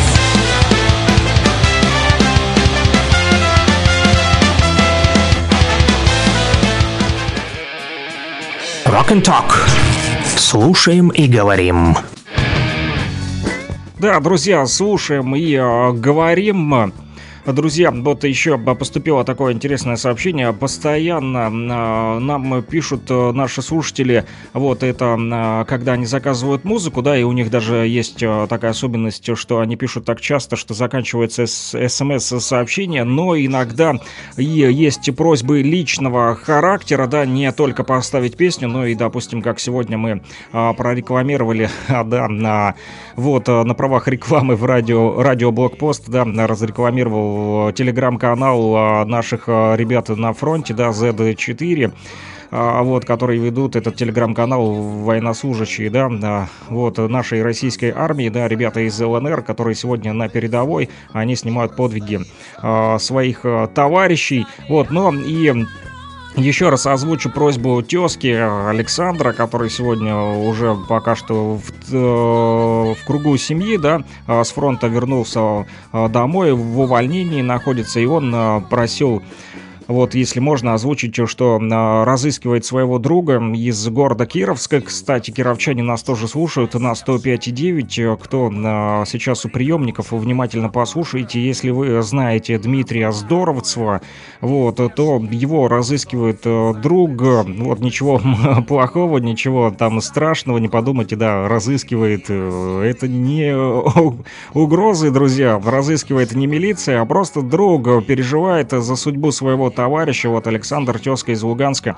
Rock and Talk. Слушаем и говорим. Да, друзья, слушаем и говорим. Друзья, вот еще поступило такое интересное сообщение. Постоянно нам пишут наши слушатели, вот это, когда они заказывают музыку, да, и у них даже есть такая особенность, что они пишут так часто, что заканчивается смс-сообщение, но иногда и есть просьбы личного характера, да, не только поставить песню, но и, допустим, как сегодня мы прорекламировали, да, на правах рекламы в радио Блокпост, да, разрекламировал телеграм-канал наших ребят на фронте, да, Z4, которые ведут этот телеграм-канал военнослужащие, да, нашей российской армии, да, ребята из ЛНР, которые сегодня на передовой, они снимают подвиги своих товарищей, но и еще раз озвучу просьбу тезки Александра, который сегодня уже пока что в кругу семьи, да, с фронта вернулся домой, в увольнении находится, и он просил, если можно, озвучить, что разыскивает своего друга из города Кировска. Кстати, кировчане нас тоже слушают на 105,9. Кто сейчас у приемников, внимательно послушайте. Если вы знаете Дмитрия Здоровцева, то его разыскивает друг. Ничего плохого, ничего там страшного, не подумайте, да, разыскивает. Это не угрозы, друзья. Разыскивает не милиция, а просто друг переживает за судьбу своего товарища. Александр, тезка из Луганска,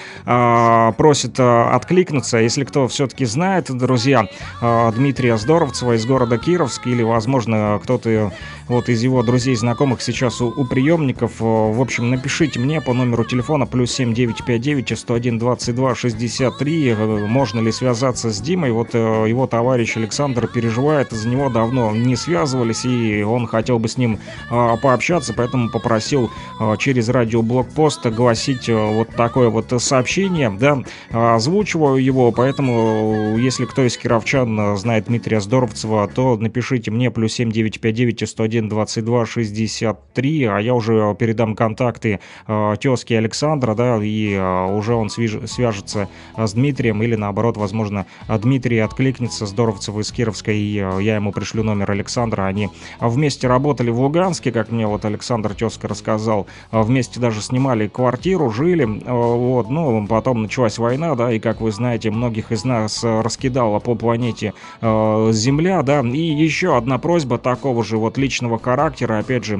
просит откликнуться. Если кто все-таки знает, друзья, Дмитрия Здоровцева из города Кировск, или, возможно, кто-то из его друзей, знакомых сейчас у приемников, в общем, напишите мне по номеру телефона +7 959 101 22 63, можно ли связаться с Димой. Его товарищ Александр переживает, за него давно не связывались, и он хотел бы с ним пообщаться, поэтому попросил через радио Блокпост огласить такое сообщение, да, озвучиваю его, поэтому если кто из кировчан знает Дмитрия Здоровцева, то напишите мне +7 959 101 22 63, а я уже передам контакты тезки Александра, да, и уже он свяжется с Дмитрием, или наоборот, возможно, Дмитрий откликнется, Здоровцев из Кировска, и я ему пришлю номер Александра. Они вместе работали в Луганске, как мне Александр, тезка, рассказал, вместе даже снимали квартиру, жили, потом началась война, да, и, как вы знаете, многих из нас раскидала по планете Земля, да, и еще одна просьба такого же личного характера, опять же,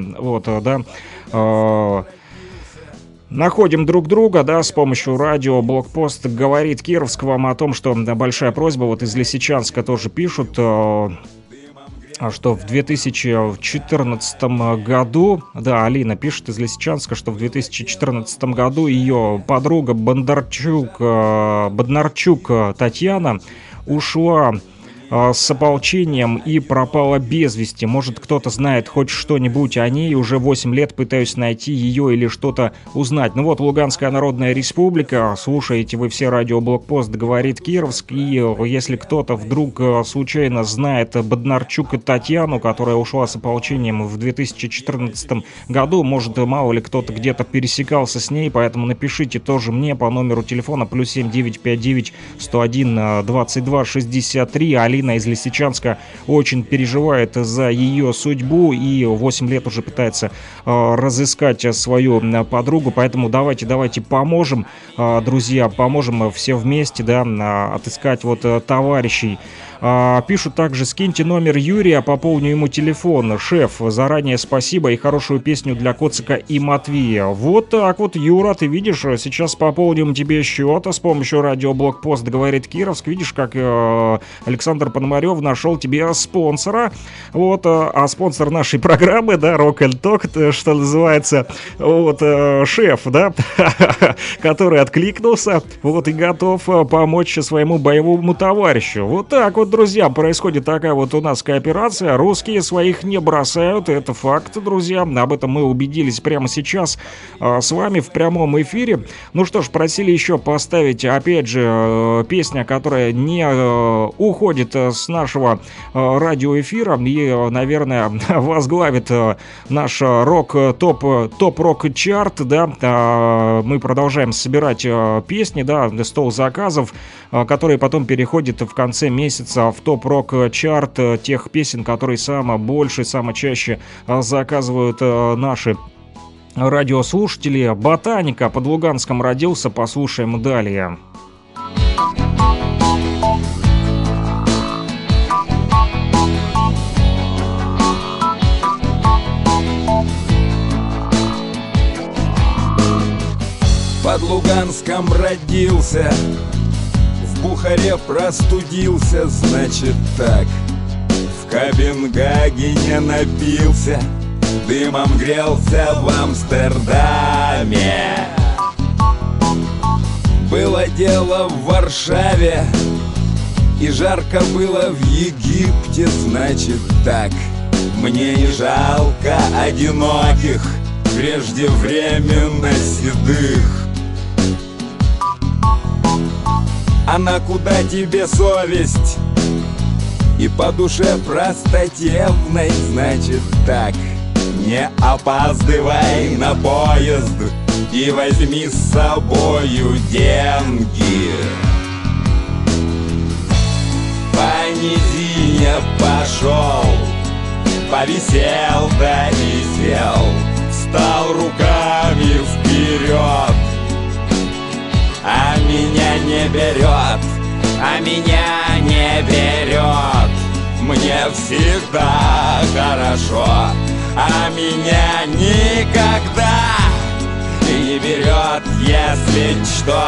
находим друг друга, да, с помощью радио Блокпост говорит Кировск вам о том, что большая просьба, из Лисичанска тоже пишут, что в 2014 году, да, Алина пишет из Лисичанска, что в 2014 году ее подруга Боднарчук Татьяна ушла с ополчением и пропала без вести. Может, кто-то знает хоть что-нибудь о ней. Уже 8 лет пытаюсь найти ее или что-то узнать. Луганская Народная Республика. Слушаете вы все радио Блокпост, говорит Кировск. И если кто-то вдруг случайно знает Боднарчук и Татьяну, которая ушла с ополчением в 2014 году, может, мало ли кто-то где-то пересекался с ней, поэтому напишите тоже мне по номеру телефона +7 959 101 22 63. Алина из Лисичанска очень переживает за ее судьбу и 8 лет уже пытается разыскать свою подругу, поэтому давайте поможем, друзья, поможем все вместе, да, отыскать товарищей. Пишут также: скиньте номер Юрия, пополню ему телефон. Шеф, заранее спасибо и хорошую песню для Коцика и Матвея. Вот так вот, Юра, ты видишь, сейчас пополним тебе счет с помощью радио Блокпост, говорит Кировск. Видишь, как Александр Пономарев нашел тебе спонсора. А спонсор нашей программы, да, Rock and Talk, что называется, шеф, да, который откликнулся, и готов помочь своему боевому товарищу. Вот так вот, друзья, происходит такая у нас кооперация. Русские своих не бросают, это факт, друзья. Об этом мы убедились прямо сейчас с вами в прямом эфире. Ну что ж, просили еще поставить, опять же, песня, которая не уходит с нашего радиоэфира и, наверное, возглавит наш топ-рок-чарт, да. Мы продолжаем собирать песни, да, стол заказов, которые потом переходят в конце месяца пробиться в топ-рок-чарт тех песен, которые самое больше, самое чаще заказывают наши радиослушатели. «Ботаника» под Луганском родился, послушаем далее. Под Луганском родился, в Бухаре простудился, значит так. В Копенгагене напился, дымом грелся в Амстердаме. Было дело в Варшаве, и жарко было в Египте, значит так. Мне не жалко одиноких, преждевременно седых. А на куда тебе совесть? И по душе простотевной, значит так. Не опаздывай на поезд и возьми с собою деньги. По низине пошел, повисел да висел, встал руками вперед. А меня не берет, а меня не берет. Мне всегда хорошо, а меня никогда не берет, если что.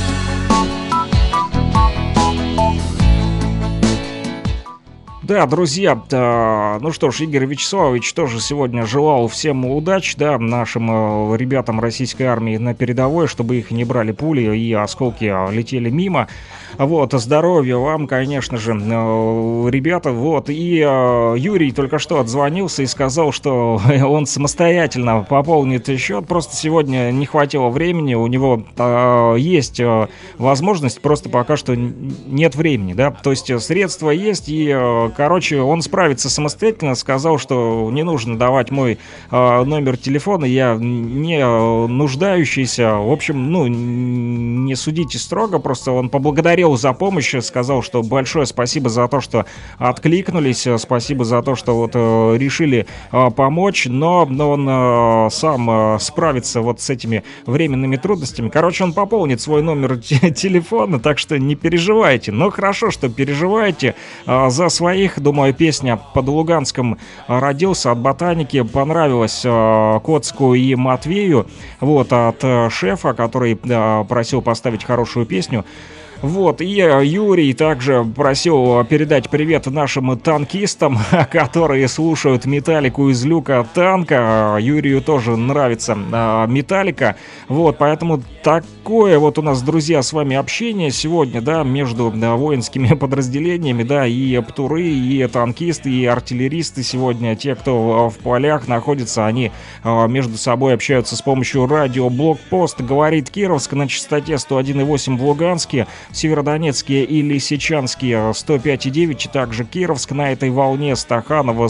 Да, друзья, ну что ж, Игорь Вячеславович тоже сегодня желал всем удачи, да, нашим ребятам российской армии на передовой, чтобы их не брали пули и осколки летели мимо. Вот, здоровья вам, конечно же, ребята, вот, и Юрий только что отзвонился и сказал, что он самостоятельно пополнит счет, просто сегодня не хватило времени, у него есть возможность, просто пока что нет времени, да, то есть средства есть, и, короче, он справится самостоятельно, сказал, что не нужно давать мой номер телефона, я не нуждающийся, в общем, ну, не судите строго, просто он поблагодарил за помощь, сказал, что большое спасибо за то, что откликнулись, спасибо за то, что вот решили помочь, но он сам справится вот с этими временными трудностями. Короче, он пополнит свой номер телефона, так что не переживайте. Но хорошо, что переживаете за своих. Думаю, песня «Под Луганском родился» от «Ботаники» понравилась Коцку и Матвею, вот, от шефа, который просил поставить хорошую песню. Вот, и Юрий также просил передать привет нашим танкистам, которые слушают «Металлику» из люка танка. Юрию тоже нравится «Металлика». Вот, поэтому такое вот у нас, друзья, с вами общение сегодня, да, между воинскими подразделениями, да, и птуры, и танкисты, и артиллеристы сегодня, те, кто в полях находится, они между собой общаются с помощью радио «Блокпост», говорит Кировск на частоте 101,8 в Луганске, Северодонецкие и Лисичанские 105,9, также Кировск на этой волне, Стаханово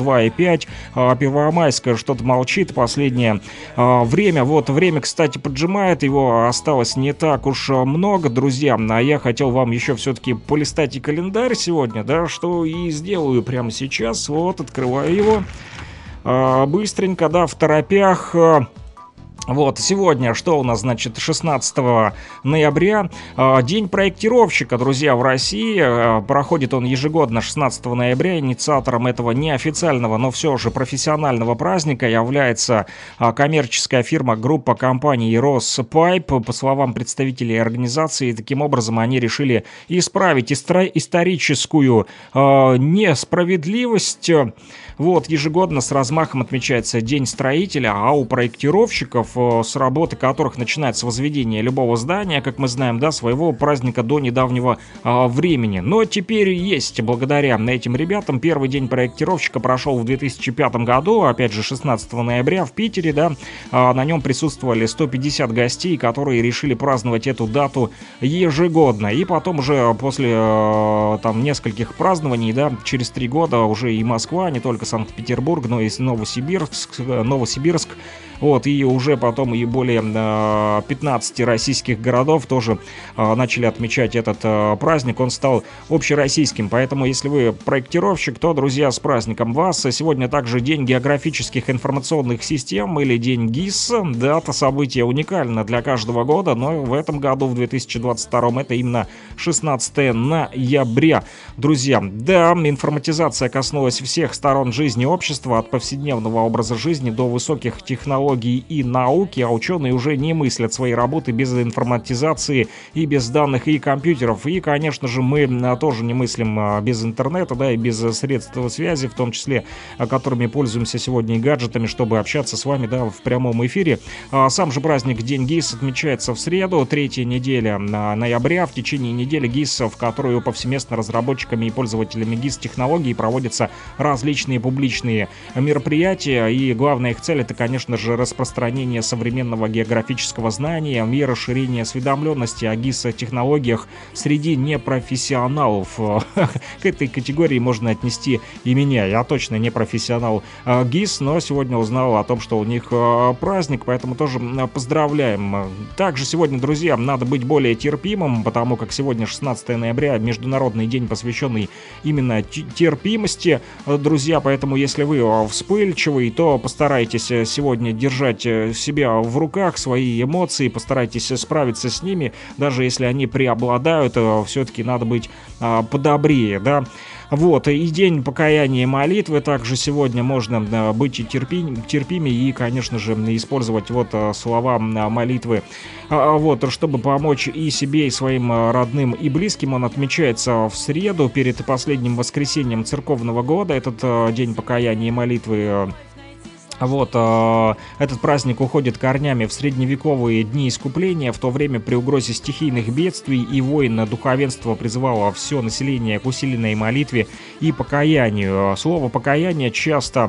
102,5, Первомайская что-то молчит последнее время. Вот время, кстати, поджимает, его осталось не так уж много, друзья, а я хотел вам еще все-таки полистать и календарь сегодня, да, что и сделаю прямо сейчас. Вот, открываю его быстренько, да, в торопях. Вот, сегодня, что у нас, значит, 16 ноября, День проектировщика, друзья, в России. Проходит он ежегодно 16 ноября. Инициатором этого неофициального, но все же профессионального праздника является коммерческая фирма, группа компаний Роспайп. По словам представителей организации, таким образом они решили исправить историческую несправедливость. Вот, ежегодно с размахом отмечается День строителя, а у проектировщиков, с работы которых начинается возведение любого здания, как мы знаем, да, своего праздника до недавнего времени. Но теперь есть, благодаря этим ребятам, первый день проектировщика прошел в 2005 году, опять же 16 ноября в Питере, да, на нем присутствовали 150 гостей, которые решили праздновать эту дату ежегодно. И потом уже после там нескольких празднований, да, через 3 года уже и Москва, не только Санкт-Петербург, но и Новосибирск Вот, и уже потом и более 15 российских городов тоже начали отмечать этот праздник. Он стал общероссийским, поэтому если вы проектировщик, то, друзья, с праздником вас. Сегодня также День географических информационных систем или День ГИС. Дата события уникальна для каждого года, но в этом году, в 2022, это именно 16 ноября. Друзья, да, информатизация коснулась всех сторон жизни общества, от повседневного образа жизни до высоких технологий и науки, а ученые уже не мыслят свои работы без информатизации и без данных и компьютеров. И, конечно же, мы тоже не мыслим без интернета, да, и без средств связи, в том числе, которыми пользуемся сегодня и гаджетами, чтобы общаться с вами, да, в прямом эфире. Сам же праздник День ГИС отмечается в среду, 3-я неделя ноября. В течение недели ГИС, в которую повсеместно разработчиками и пользователями ГИС-технологий проводятся различные публичные мероприятия, и главная их цель — это, конечно же, распространение современного географического знания и расширение осведомленности о ГИС-технологиях среди непрофессионалов. К этой категории можно отнести и меня. Я точно не профессионал ГИС, но сегодня узнал о том, что у них праздник, поэтому тоже поздравляем. Также сегодня, друзья, надо быть более терпимым, потому как сегодня 16 ноября, Международный день, посвященный именно терпимости, друзья, поэтому если вы вспыльчивый, то постарайтесь сегодня держать себя в руках, свои эмоции, постарайтесь справиться с ними, даже если они преобладают, все-таки надо быть подобрее, да. Вот, и день покаяния и молитвы. Также сегодня можно быть терпимее и, конечно же, использовать вот слова молитвы, вот, чтобы помочь и себе, и своим родным и близким. Он отмечается в среду, перед последним воскресеньем церковного года. Этот день покаяния и молитвы. Вот, этот праздник уходит корнями в средневековые дни искупления. В то время при угрозе стихийных бедствий и войн духовенство призывало все население к усиленной молитве и покаянию. Слово «покаяние» часто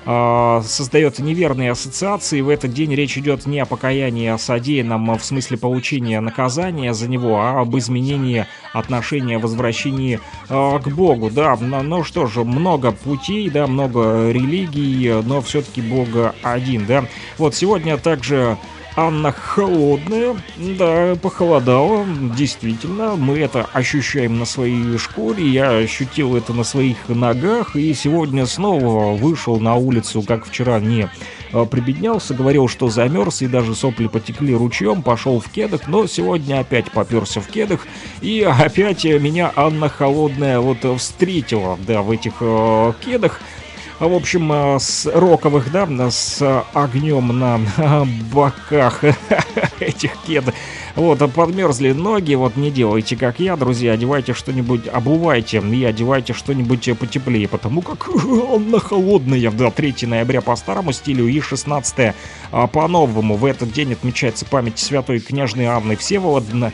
создает неверные ассоциации. В этот день речь идет не о покаянии, о содеянном в смысле получения наказания за него, а об изменении отношения, возвращении к Богу. Да, ну что же, много путей, да, много религий, но все-таки Бог один, да. Вот сегодня также Анна холодная, да, похолодало, действительно, мы это ощущаем на своей шкуре, я ощутил это на своих ногах, и сегодня снова вышел на улицу, как вчера не прибеднялся, говорил, что замерз, и даже сопли потекли ручьем, пошел в кедах, но сегодня опять поперся в кедах, и опять меня Анна холодная вот встретила, да, в этих кедах. В общем, с роковых, да, с огнем на боках этих кедов. Вот, подмерзли ноги, вот не делайте как я, друзья, одевайте что-нибудь, обувайте и одевайте что-нибудь потеплее, потому как она холодная, да, 3 ноября по старому стилю и 16 по-новому. В этот день отмечается память святой княжны Анны Всеволодовны,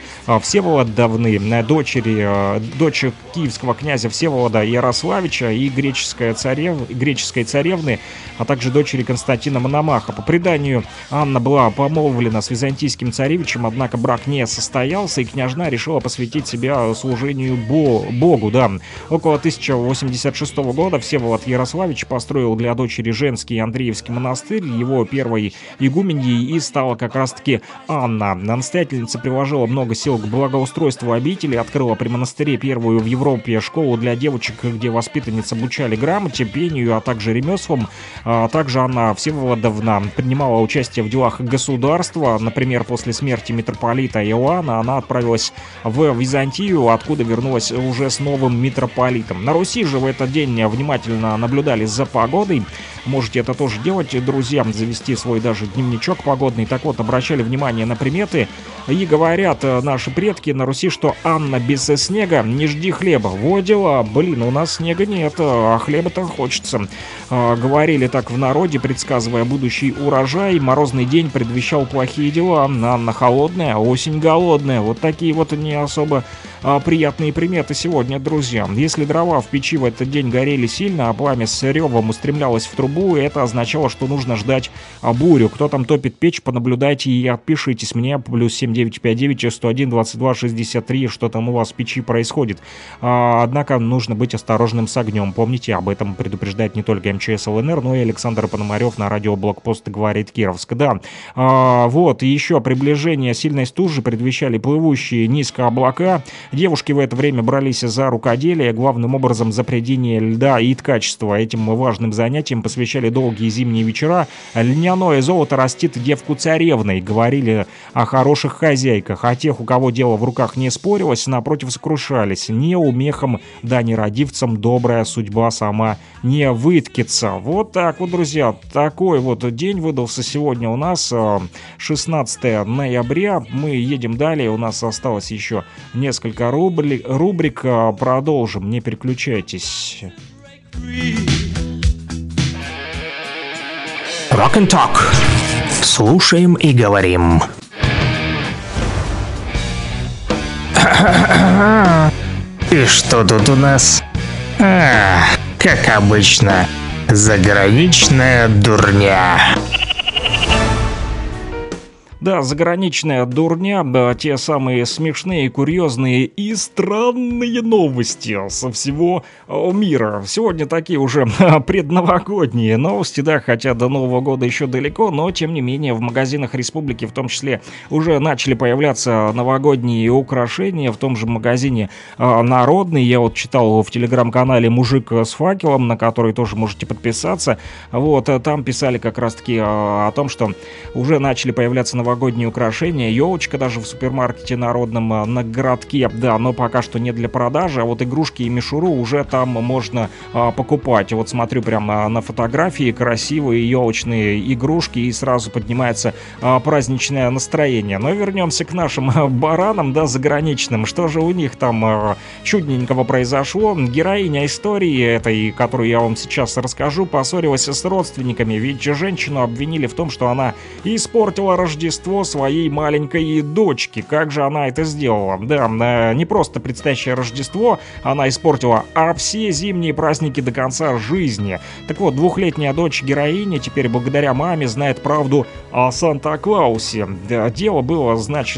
дочь киевского князя Всеволода Ярославича и греческой царевны, а также дочери Константина Мономаха. По преданию, Анна была помолвлена с византийским царевичем, однако брак не состоялся, и княжна решила посвятить себя служению Богу, да. Около 1086 года Всеволод Ярославич построил для дочери женский Андреевский монастырь, его первой игуменьей и стала как раз-таки Анна. Настоятельница приложила много сил к благоустройству обители, открыла при монастыре первую в Европе школу для девочек, где воспитанниц обучали грамоте, пению, а также ремеслам. Также Анна Всеволодовна принимала участие в делах государства. Например, после смерти митрополита Иоанна она отправилась в Византию, откуда вернулась уже с новым митрополитом. На Руси же в этот день внимательно наблюдали за погодой. Можете это тоже делать, друзья, завести свой даже дневничок погодный. Так вот, обращали внимание на приметы и говорят наши предки на Руси, что Анна без снега не жди хлеба. Во дела, блин, у нас снега нет, а хлеба-то хочется. Говорили так в народе, предсказывая будущий урожай. Морозный день предвещал плохие дела. Анна холодная, осень голодная. Вот такие вот не особо приятные приметы сегодня, друзья. Если дрова в печи в этот день горели сильно, а пламя с ревом устремлялось в трубу, это означало, что нужно ждать бурю. Кто там топит печь, понаблюдайте и отпишитесь мне, +7 8-959-101-22-63, что там у вас в печи происходит. Однако нужно быть осторожным с огнем. Помните, об этом предупреждает не только МЧС ЛНР, но и Александр Пономарев на радио «Блокпост» говорит Кировск. Да, вот, и еще приближение сильной стужи предвещали плывущие низко облака. Девушки в это время брались за рукоделие, главным образом за прядение льда и ткачество. Этим важным занятиям посвящали долгие зимние вечера. Льняное золото растит девку царевной, говорили о хороших хозяйках, а тех, у кого дело в руках не спорилось, напротив сокрушались. Не умехам, да не родивцам добрая судьба сама не выткится. Вот так вот, друзья, такой вот день выдался сегодня у нас, 16 ноября. Мы едем далее, у нас осталось еще несколько рубрик, продолжим, не переключайтесь. Rock and Talk. Слушаем и говорим. И что тут у нас? Как обычно, заграничная дурня. Да, заграничная дурня, да, те самые смешные, курьезные и странные новости со всего мира. Сегодня такие уже предновогодние новости, да, хотя до Нового года еще далеко, но тем не менее в магазинах республики в том числе уже начали появляться новогодние украшения. В том же магазине «Народный», я вот читал в телеграм-канале «Мужик с факелом», на который тоже можете подписаться. Вот, там писали как раз-таки о том, что уже начали появляться новогодние украшения, елочка даже в супермаркете народном на городке, да, но пока что не для продажи, а вот игрушки и мишуру уже там можно покупать. Вот смотрю прямо на фотографии, красивые елочные игрушки, и сразу поднимается праздничное настроение. Но вернемся к нашим баранам, да, заграничным. Что же у них там чудненького произошло? Героиня истории этой, которую я вам сейчас расскажу, поссорилась с родственниками, ведь женщину обвинили в том, что она испортила Рождество своей маленькой дочки. Как же она это сделала? Да, не просто предстоящее Рождество она испортила, а все зимние праздники до конца жизни. Так вот, двухлетняя дочь героини теперь благодаря маме знает правду о Санта-Клаусе. Да, дело было, значит,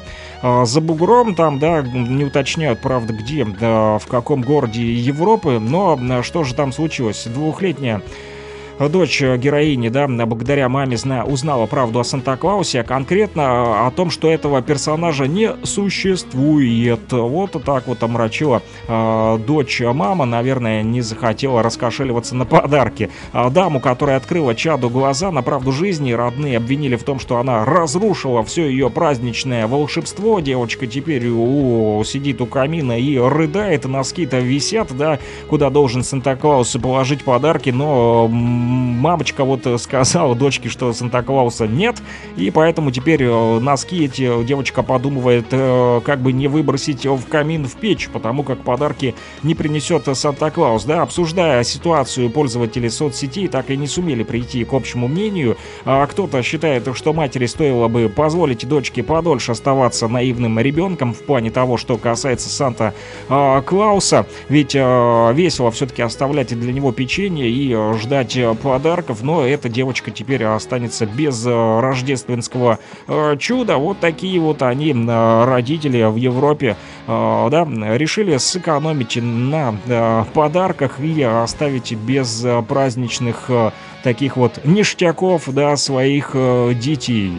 за бугром, там, да, не уточняют, правда, где, да, в каком городе Европы, но что же там случилось? Двухлетняя дочь героини, да, благодаря маме узнала правду о Санта-Клаусе, а конкретно о том, что этого персонажа не существует. Вот так вот омрачила дочь мама, наверное, не захотела раскошеливаться на подарки. Даму, которая открыла чаду глаза на правду жизни, родные обвинили в том, что она разрушила все ее праздничное волшебство. Девочка теперь сидит у камина и рыдает, носки-то висят, да, куда должен Санта-Клаус положить подарки, но мамочка вот сказала дочке, что Санта-Клауса нет, и поэтому теперь носки эти девочка подумывает, как бы не выбросить в камин, в печь, потому как подарки не принесет Санта-Клаус. Да, обсуждая ситуацию, пользователи соцсетей так и не сумели прийти к общему мнению. Кто-то считает, что матери стоило бы позволить дочке подольше оставаться наивным ребенком в плане того, что касается Санта-Клауса, ведь весело все-таки оставлять для него печенье и ждать подарков, но эта девочка теперь останется без рождественского чуда. Вот такие вот они, родители в Европе, да, решили сэкономить на подарках и оставить без праздничных таких вот ништяков, да, своих детей.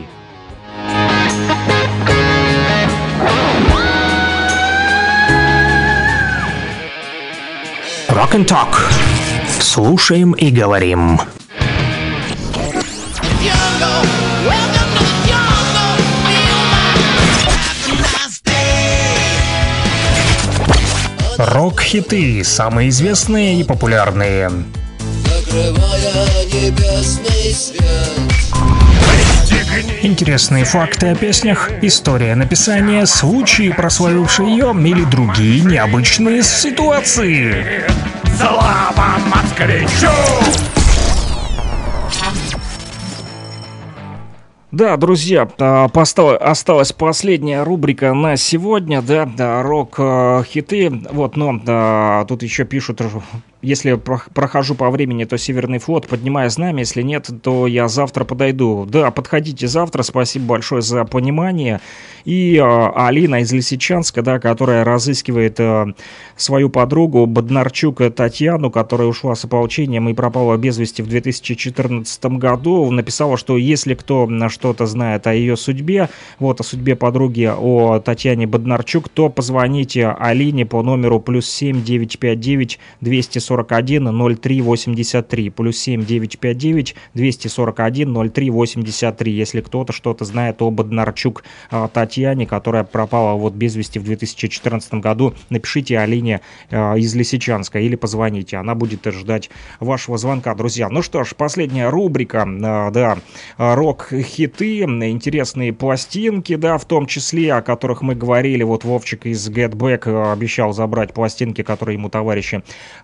Rock and Talk. Слушаем и говорим. Рок-хиты, самые известные и популярные. Интересные факты о песнях, история написания, случаи, прославившие ее, или другие необычные ситуации. Слава москвичу! Да, друзья, осталась последняя рубрика на сегодня, да, рок-хиты, вот, но тут еще пишут, если прохожу по времени, то Северный флот, поднимая знамя, если нет, то я завтра подойду. Да, подходите завтра, спасибо большое за понимание. И Алина из Лисичанска, да, которая разыскивает свою подругу Боднарчук Татьяну, которая ушла с ополчением и пропала без вести в 2014 году, написала, что если кто что-то знает о ее судьбе, вот о судьбе подруги, о Татьяне Боднарчук, то позвоните Алине по номеру +7 959 241 03 83, +7 959 241 03 83, если кто-то что-то знает о Боднарчук Татьяне, которая пропала вот без вести в 2014 году, напишите Алине из Лисичанска или позвоните, она будет ждать вашего звонка, друзья. Ну что ж, последняя рубрика, да, рок-хиты, интересные пластинки, да, в том числе, о которых мы говорили, вот Вовчик из Get Back обещал забрать пластинки, которые ему товарищи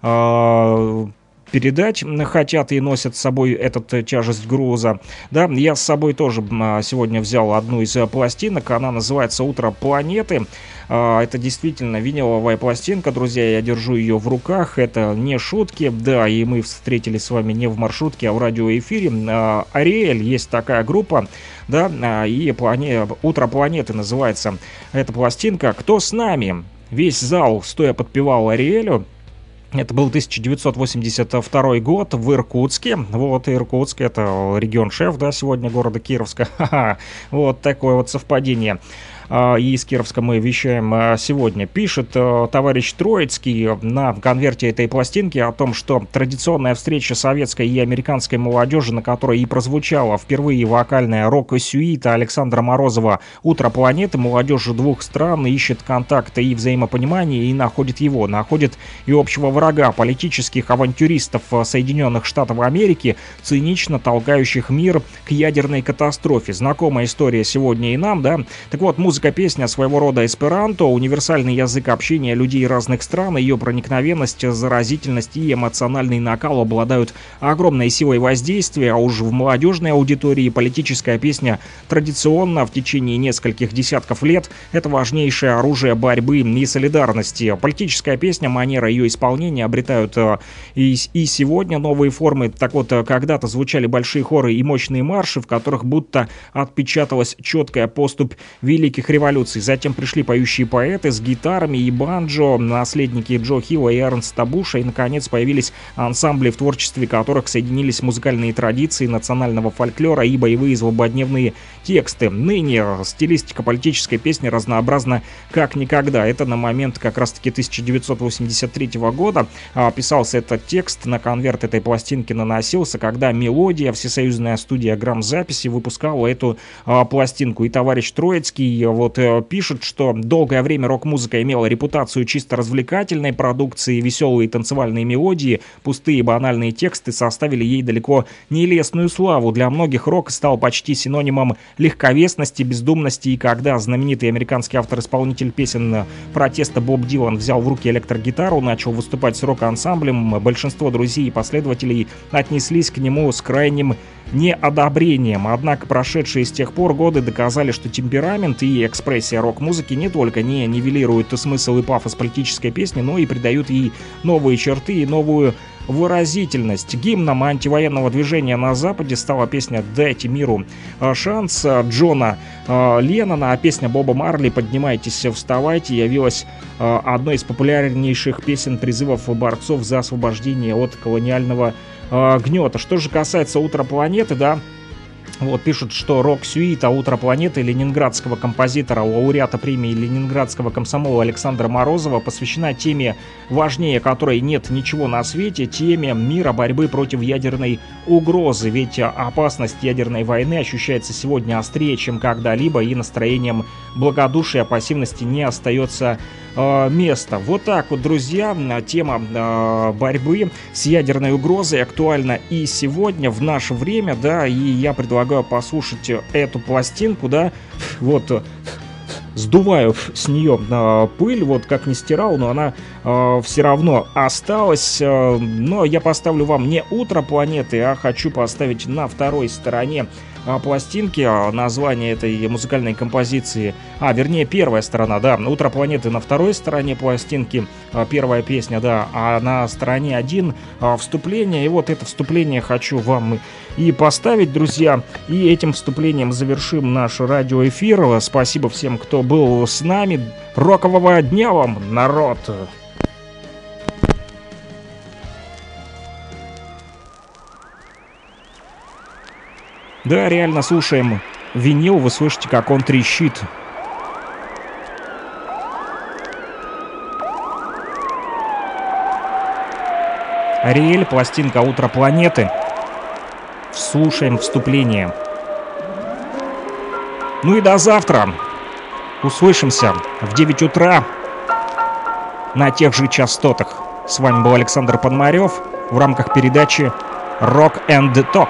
передать хотят и носят с собой эту тяжесть груза. Да, я с собой тоже сегодня взял одну из пластинок, она называется «Утро планеты». Это действительно виниловая пластинка, друзья, я держу ее в руках, это не шутки, да, и мы встретились с вами не в маршрутке, а в радиоэфире. Ариэль, есть такая группа, да, и «Утро планеты» называется эта пластинка. «Кто с нами?» Весь зал стоя подпевал Ариэлю. Это был 1982 год в Иркутске. Вот, Иркутск — это регион-шеф, да, сегодня города Кировска. Ха-ха. Вот такое вот совпадение. И из Кировска мы вещаем сегодня. Пишет товарищ Троицкий на конверте этой пластинки о том, что традиционная встреча советской и американской молодежи, на которой и прозвучала впервые вокальная рок-сюита Александра Морозова «Утро планеты», молодежь двух стран ищет контакта и взаимопонимания и находит его, находит и общего врага, политических авантюристов Соединенных Штатов Америки, цинично толкающих мир к ядерной катастрофе. Знакомая история сегодня и нам, да? Так вот, музыка-песня своего рода эсперанто, универсальный язык общения людей разных стран, ее проникновенность, заразительность и эмоциональный накал обладают огромной силой воздействия, а уж в молодежной аудитории политическая песня традиционно в течение нескольких десятков лет это важнейшее оружие борьбы и солидарности. Политическая песня, манера ее исполнения обретают и сегодня новые формы. Так вот, когда-то звучали большие хоры и мощные марши, в которых будто отпечаталась четкая поступь великих революций. Затем пришли поющие поэты с гитарами и банджо, наследники Джо Хилла и Эрнста Буша, и, наконец, появились ансамбли, в творчестве которых соединились музыкальные традиции национального фольклора и боевые злободневные тексты. Ныне стилистика политической песни разнообразна как никогда. Это на момент как раз-таки 1983 года писался этот текст, на конверт этой пластинки наносился, когда «Мелодия», всесоюзная студия грамзаписи, выпускала эту пластинку. И товарищ Троицкий вот пишет, что долгое время рок-музыка имела репутацию чисто развлекательной продукции, веселые танцевальные мелодии, пустые банальные тексты составили ей далеко не лестную славу. Для многих рок стал почти синонимом легковесности, бездумности, и когда знаменитый американский автор-исполнитель песен протеста Боб Дилан взял в руки электрогитару, начал выступать с рок-ансамблем, большинство друзей и последователей отнеслись к нему с крайним неодобрением. Однако прошедшие с тех пор годы доказали, что темперамент и экспрессия рок-музыки не только не нивелируют смысл и пафос политической песни, но и придают ей новые черты и новую выразительность. Гимном антивоенного движения на Западе стала песня «Дайте миру шанс» Джона Леннона, а песня Боба Марли «Поднимайтесь, вставайте» явилась одной из популярнейших песен призывов борцов за освобождение от колониального гнета. Что же касается «Утра планеты», да, вот пишут, что рок-сюита «Утро планеты» ленинградского композитора, лауреата премии Ленинградского комсомола Александра Морозова посвящена теме, важнее которой нет ничего на свете, теме мира, борьбы против ядерной угрозы. Ведь опасность ядерной войны ощущается сегодня острее, чем когда-либо, и настроением благодушия, пассивности не остается места. Вот так вот, друзья, тема борьбы с ядерной угрозой актуальна и сегодня, в наше время, да, и я предлагаю послушать эту пластинку, да, вот, сдуваю с нее пыль, вот как не стирал, но она все равно осталась. Но я поставлю вам не «Утро планеты», а хочу поставить на второй стороне пластинки, название этой музыкальной композиции, вернее, первая сторона, да, «Утро планеты» на второй стороне пластинки, первая песня, да, а на стороне 1 вступление, и вот это вступление хочу вам и поставить, друзья, и этим вступлением завершим наш радиоэфир. Спасибо всем, кто был с нами, рокового дня вам, народ! Да, реально слушаем винил, вы слышите, как он трещит. Ариэль, пластинка «Утро планеты». Слушаем вступление. Ну и до завтра. Услышимся в 9 утра на тех же частотах. С вами был Александр Пономарев в рамках передачи Rock and Talk.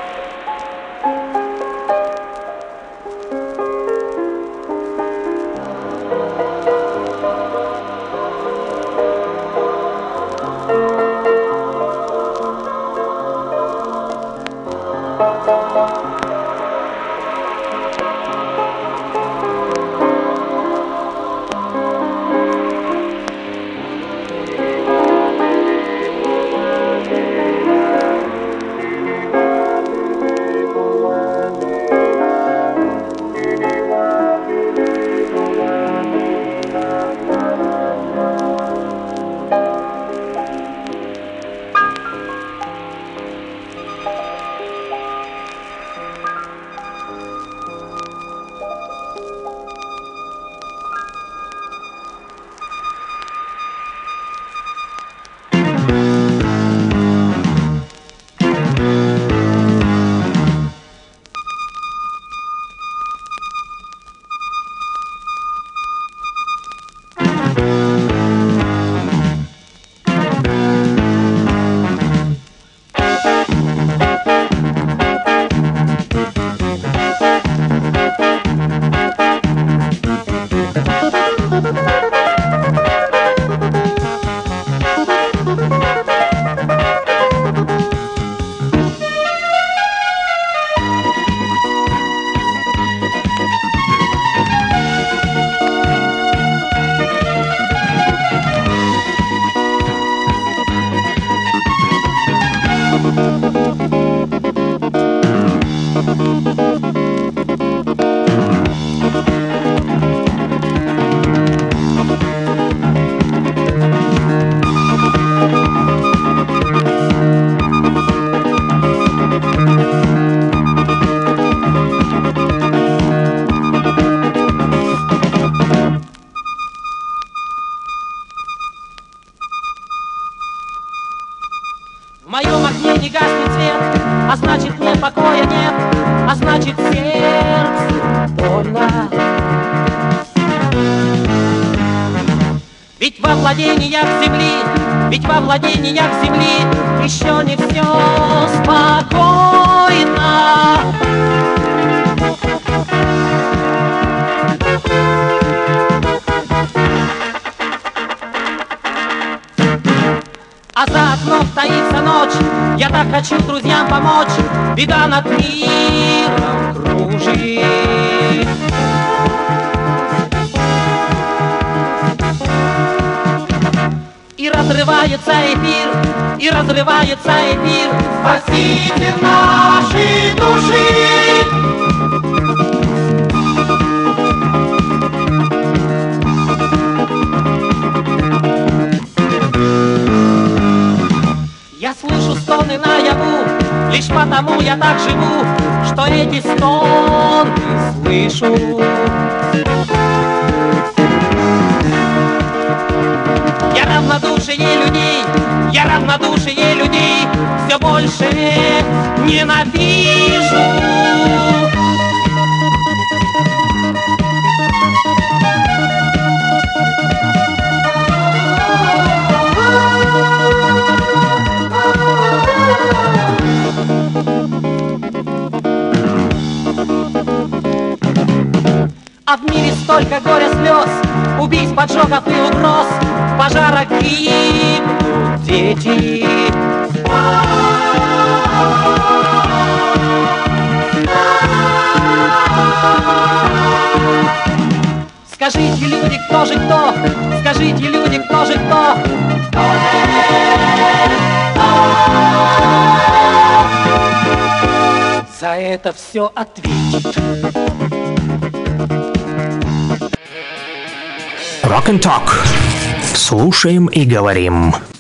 Ведь во владениях земли еще не все спокойно. А за окном таится ночь, я так хочу друзьям помочь, беда над миром кружит. И разрывается эфир, и разрывается эфир. Спасите наши души. Я слышу стоны наяву, лишь потому я так живу, что эти стоны слышу. Я равнодушие людей, я равнодушие людей все больше ненавижу. А в мире столько горя, слез, убийств, поджогов и угроз, в пожарах гибнут дети. Скажите, люди, кто же кто? Скажите, люди, кто же кто? За это все ответит. Rock and Talk. Слушаем и говорим.